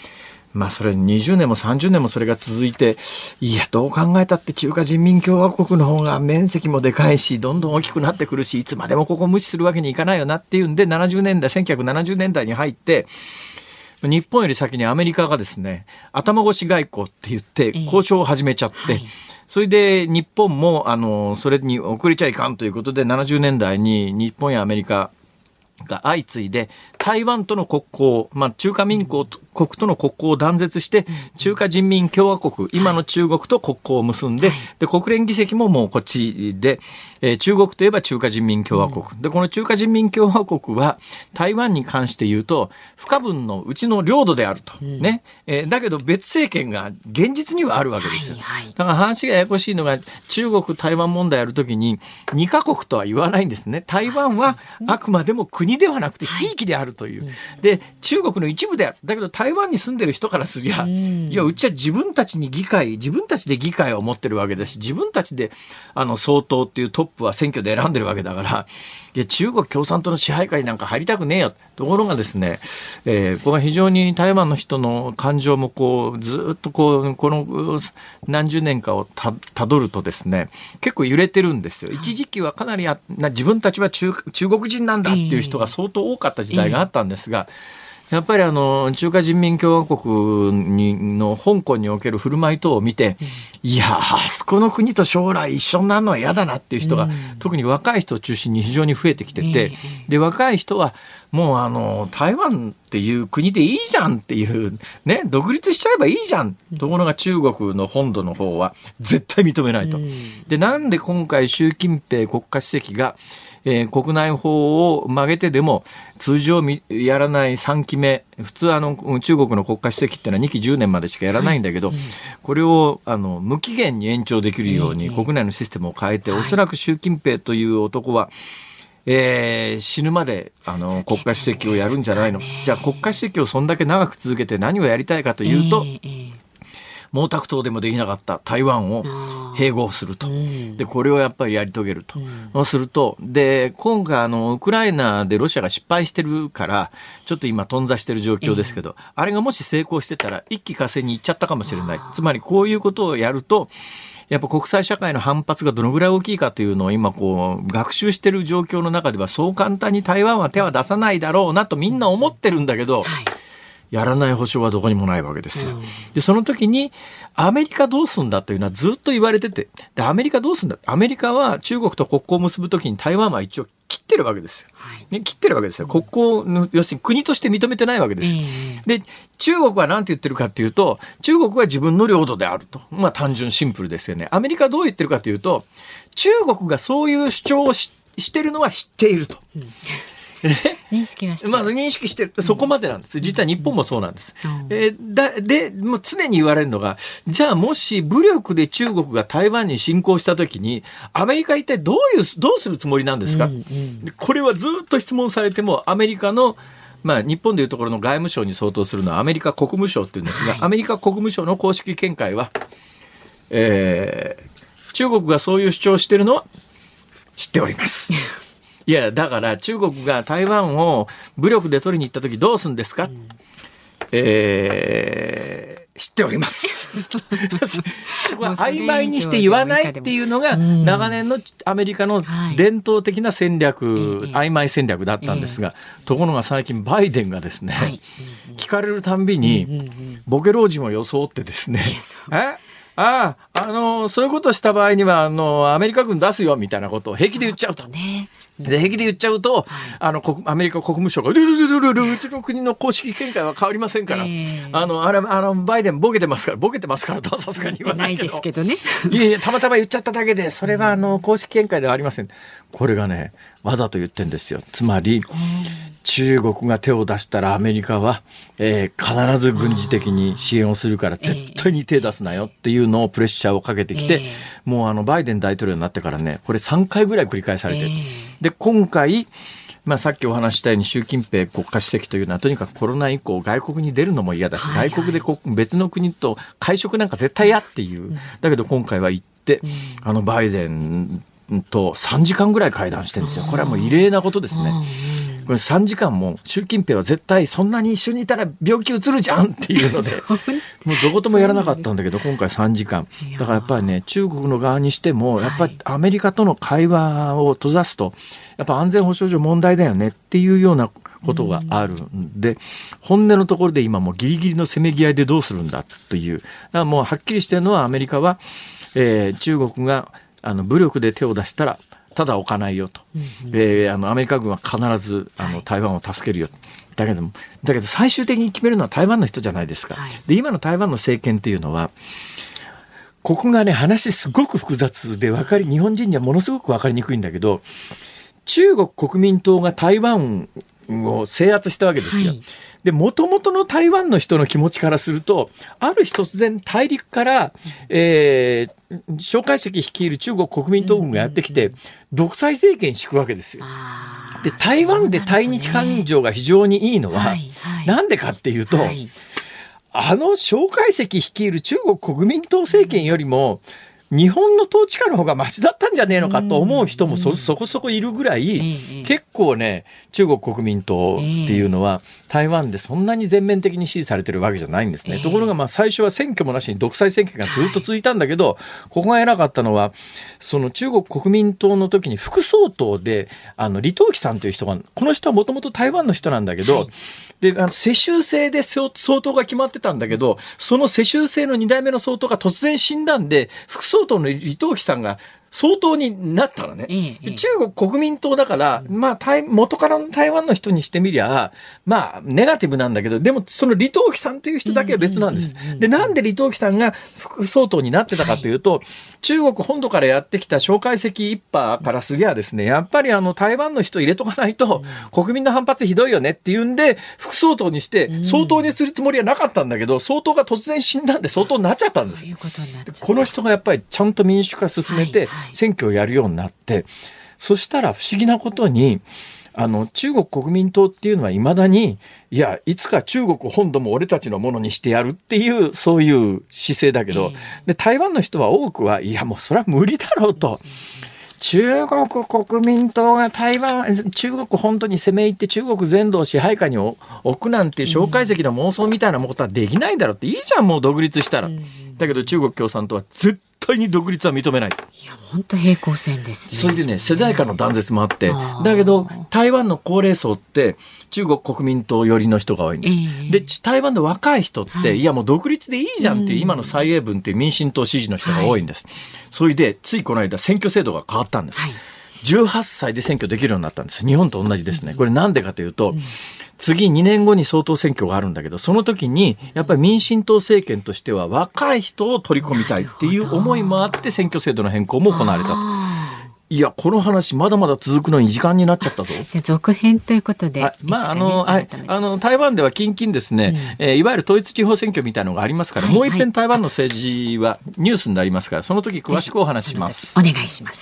それ20年も30年もそれが続いて、いやどう考えたって中華人民共和国の方が面積もでかいしどんどん大きくなってくるし、いつまでもここ無視するわけにいかないよなっていうんで、1970年代に入って日本より先にアメリカがですね、頭越し外交って言って交渉を始めちゃって、それで日本もそれに遅れちゃいかんということで、70年代に日本やアメリカが相次いで台湾との国交、中華民国との国交を断絶して中華人民共和国、今の中国と国交を結んで、国連議席ももうこっちで、中国といえば中華人民共和国で、この中華人民共和国は台湾に関して言うと不可分のうちの領土であると、ね、だけど別政権が現実にはあるわけですよ。だから話がややこしいのが、中国台湾問題やるときに2カ国とは言わないんですね。台湾はあくまでも国ではなくて地域であるという、で中国の一部である。だけど台湾に住んでる人からすりゃ、いやうちは自分たちで議会を持ってるわけだし、自分たちで総統っていうトップは選挙で選んでるわけだから、いや中国共産党の支配下になんか入りたくねえよ。ところがですね、ここが非常に台湾の人の感情もずっとこの何十年かをたどるとですね、結構揺れてるんですよ。一時期はかなり自分たちは中国人なんだっていう人が相当多かった時代があったんですが、やっぱり中華人民共和国の香港における振る舞い等を見て、いやあそこの国と将来一緒になるのは嫌だなっていう人が、特に若い人を中心に非常に増えてきてて、で若い人はもう台湾っていう国でいいじゃんっていうね、独立しちゃえばいいじゃん。ところが中国の本土の方は絶対認めないと。でなんで今回習近平国家主席が国内法を曲げてでも通常やらない3期目、普通中国の国家主席ってのは2期10年までしかやらないんだけど、これを無期限に延長できるように国内のシステムを変えて、おそらく習近平という男は、死ぬまで国家主席をやるんじゃないの。じゃあ国家主席をそんだけ長く続けて何をやりたいかというと、毛沢東でもできなかった台湾を併合すると。でこれをやっぱりやり遂げると。そうすると、で今回ウクライナでロシアが失敗してるからちょっと今頓挫してる状況ですけど、あれがもし成功してたら一気呵成に行っちゃったかもしれない。つまりこういうことをやるとやっぱ国際社会の反発がどのぐらい大きいかというのを今学習している状況の中では、そう簡単に台湾は手は出さないだろうなとみんな思ってるんだけど、やらない保証はどこにもないわけですよ。でその時にアメリカどうすんだというのはずっと言われてて、でアメリカどうすんだ、アメリカは中国と国交を結ぶ時に台湾は一応切ってるわけですよ、切ってるわけですよ。国交の要するに国として認めてないわけですよ。で中国は何て言ってるかというと、中国は自分の領土であると、単純シンプルですよね。アメリカはどう言ってるかというと、中国がそういう主張をしてるのは知っていると、 認識はしてる、 認識してる、そこまでなんです。実は日本もそうなんです。でもう常に言われるのが、じゃあもし武力で中国が台湾に侵攻したときにアメリカ一体どうするつもりなんですか、これはずっと質問されても、アメリカの日本でいうところの外務省に相当するのはアメリカ国務省っていうんですが、アメリカ国務省の公式見解は、中国がそういう主張をしているのは知っておりますいやだから中国が台湾を武力で取りに行った時どうするんですか、知っておりますそこは曖昧にして言わないっていうのが長年のアメリカの伝統的な戦略、曖昧戦略だったんですが、ところが最近バイデンがですね、聞かれるたんびにボケ老人を装ってですね、そういうことした場合にはアメリカ軍出すよみたいなことを平気で言っちゃうと、で平気で言っちゃうとアメリカ国務省がうちの国の公式見解は変わりませんから、バイデンボケてますからとはさすがに言わないけど、 ないですけどねいやたまたま言っちゃっただけで、それは公式見解ではありません。これがねわざと言ってんですよ。つまり中国が手を出したらアメリカは、必ず軍事的に支援をするから絶対に手出すなよっていうのをプレッシャーをかけてきて、もうバイデン大統領になってからね、これ3回ぐらい繰り返されてる、で今回、さっきお話したように習近平国家主席というのはとにかくコロナ以降外国に出るのも嫌だし、外国で別の国と会食なんか絶対嫌っていう、だけど今回は行ってバイデンと3時間ぐらい会談してるんですよ。これはもう異例なことですね。 これ3時間も習近平は絶対そんなに一緒にいたら病気うつるじゃんっていうのでもうどこともやらなかったんだけど、今回3時間だからやっぱりね、中国の側にしてもやっぱりアメリカとの会話を閉ざすとやっぱ安全保障上問題だよねっていうようなことがあるんで、本音のところで今もうギリギリのせめぎ合いでどうするんだという、だからもうはっきりしてるのはアメリカは、中国が武力で手を出したらただ置かないよと、アメリカ軍は必ず台湾を助けるよ、だけど最終的に決めるのは台湾の人じゃないですか、で今の台湾の政権っていうのはここがね話すごく複雑で日本人にはものすごく分かりにくいんだけど、中国国民党が台湾を制圧したわけですよ。で、元々の台湾の人の気持ちからすると、ある日突然大陸から、蒋介石率いる中国国民党軍がやってきて、独裁政権敷くわけですよ。で、台湾で対日感情が非常にいいのは、なんでかっていうと、蒋介石率いる中国国民党政権よりも、日本の統治下の方がマシだったんじゃねえのかと思う人もそこそこいるぐらい、結構ね、中国国民党っていうのは台湾でそんなに全面的に支持されてるわけじゃないんですね。ところが最初は選挙もなしに独裁政権がずっと続いたんだけど、ここが偉かったのはその中国国民党の時に副総統で李登輝さんという人が、この人はもともと台湾の人なんだけど、で世襲制で総統が決まってたんだけど、その世襲制の2代目の総統が突然死んだんで、副総統の李登輝さんが総統になったのね。中国国民党だから、元からの台湾の人にしてみりゃ、ネガティブなんだけど、でもその李登輝さんという人だけは別なんです。で、なんで李登輝さんが副総統になってたかというと、中国本土からやってきた蒋介石一派からすりゃですね、やっぱり台湾の人入れとかないと、国民の反発ひどいよねっていうんで、副総統にして、総統にするつもりはなかったんだけど、総統が突然死んだんで総統になっちゃったんです。この人がやっぱりちゃんと民主化進めて、選挙をやるようになって、そしたら不思議なことに中国国民党っていうのはいまだに、いつか中国本土も俺たちのものにしてやるっていうそういう姿勢だけど、で台湾の人は多くはもうそれは無理だろうと。中国国民党が中国本土に攻め入って中国全土を支配下に置くなんて蒋介石の妄想みたいなことはできないだろうって。いいじゃんもう独立したら。だけど中国共産党は絶対に独立は認めない。 本当平行線ですね。 それでね、世代間の断絶もあって、だけど台湾の高齢層って中国国民党寄りの人が多いんです。で台湾の若い人って、もう独立でいいじゃんっていう、今の蔡英文っていう民進党支持の人が多いんです。それでついこの間選挙制度が変わったんです。18歳で選挙できるようになったんです。日本と同じですね。これなんでかというと、次2年後に総統選挙があるんだけど、その時にやっぱり民進党政権としては若い人を取り込みたいっていう思いもあって選挙制度の変更も行われたと。この話まだまだ続くのに時間になっちゃったぞ。 じゃあ続編ということで、 台湾では近々ですね、いわゆる統一地方選挙みたいなのがありますから、もう一遍台湾の政治はニュースになりますから、その時詳しくお話しします。 お願いします。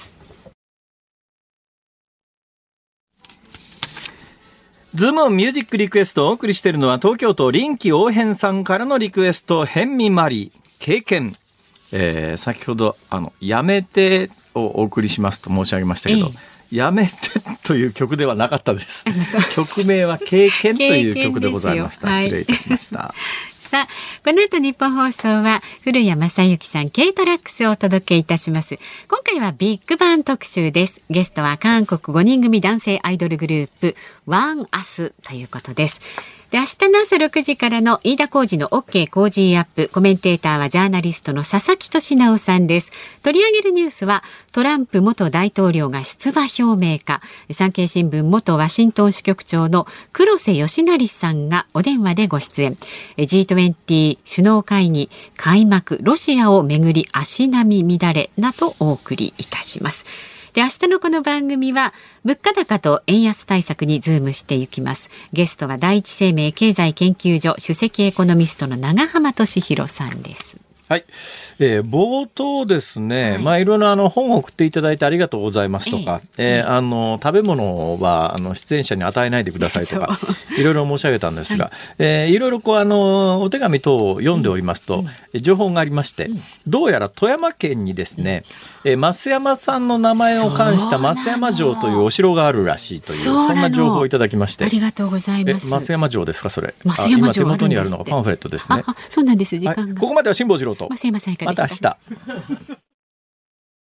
ズームオンミュージックリクエストをお送りしているのは、東京都臨機応変さんからのリクエスト、辺見マリ経験。先ほどやめてをお送りしますと申し上げましたけど、やめてという曲ではなかったです。曲名は経験という曲でございました。失礼いたしました。 さあ、この後日本放送は古谷正幸さん、軽トラックスをお届けいたします。今回はビッグバン特集です。ゲストは韓国5人組男性アイドルグループワンアスということです。で、明日の朝6時からの飯田浩司の OK 工事アップ、コメンテーターはジャーナリストの佐々木俊直さんです。取り上げるニュースはトランプ元大統領が出馬表明か、産経新聞元ワシントン支局長の黒瀬義成さんがお電話でご出演。G20 首脳会議開幕、ロシアをめぐり足並み乱れなどお送りいたします。で、明日のこの番組は物価高と円安対策にズームしていきます。ゲストは第一生命経済研究所首席エコノミストの長浜俊弘さんです。 はい、冒頭ですね、いろいろ本を送っていただいてありがとうございますとか、食べ物は出演者に与えないでくださいとかいろいろ申し上げたんですが、いろいろお手紙等を読んでおりますと、情報がありまして、どうやら富山県にですね、 増山さんの名前を冠した増山城というお城があるらしいというそんな情報をいただきまして、 ありがとうございます。 増山城ですかそれ。 増山城今手元にあるのがパンフレットですね。 そうなんです。時間が。 ここまでは辛坊治郎と増山さやかでした。 また明日。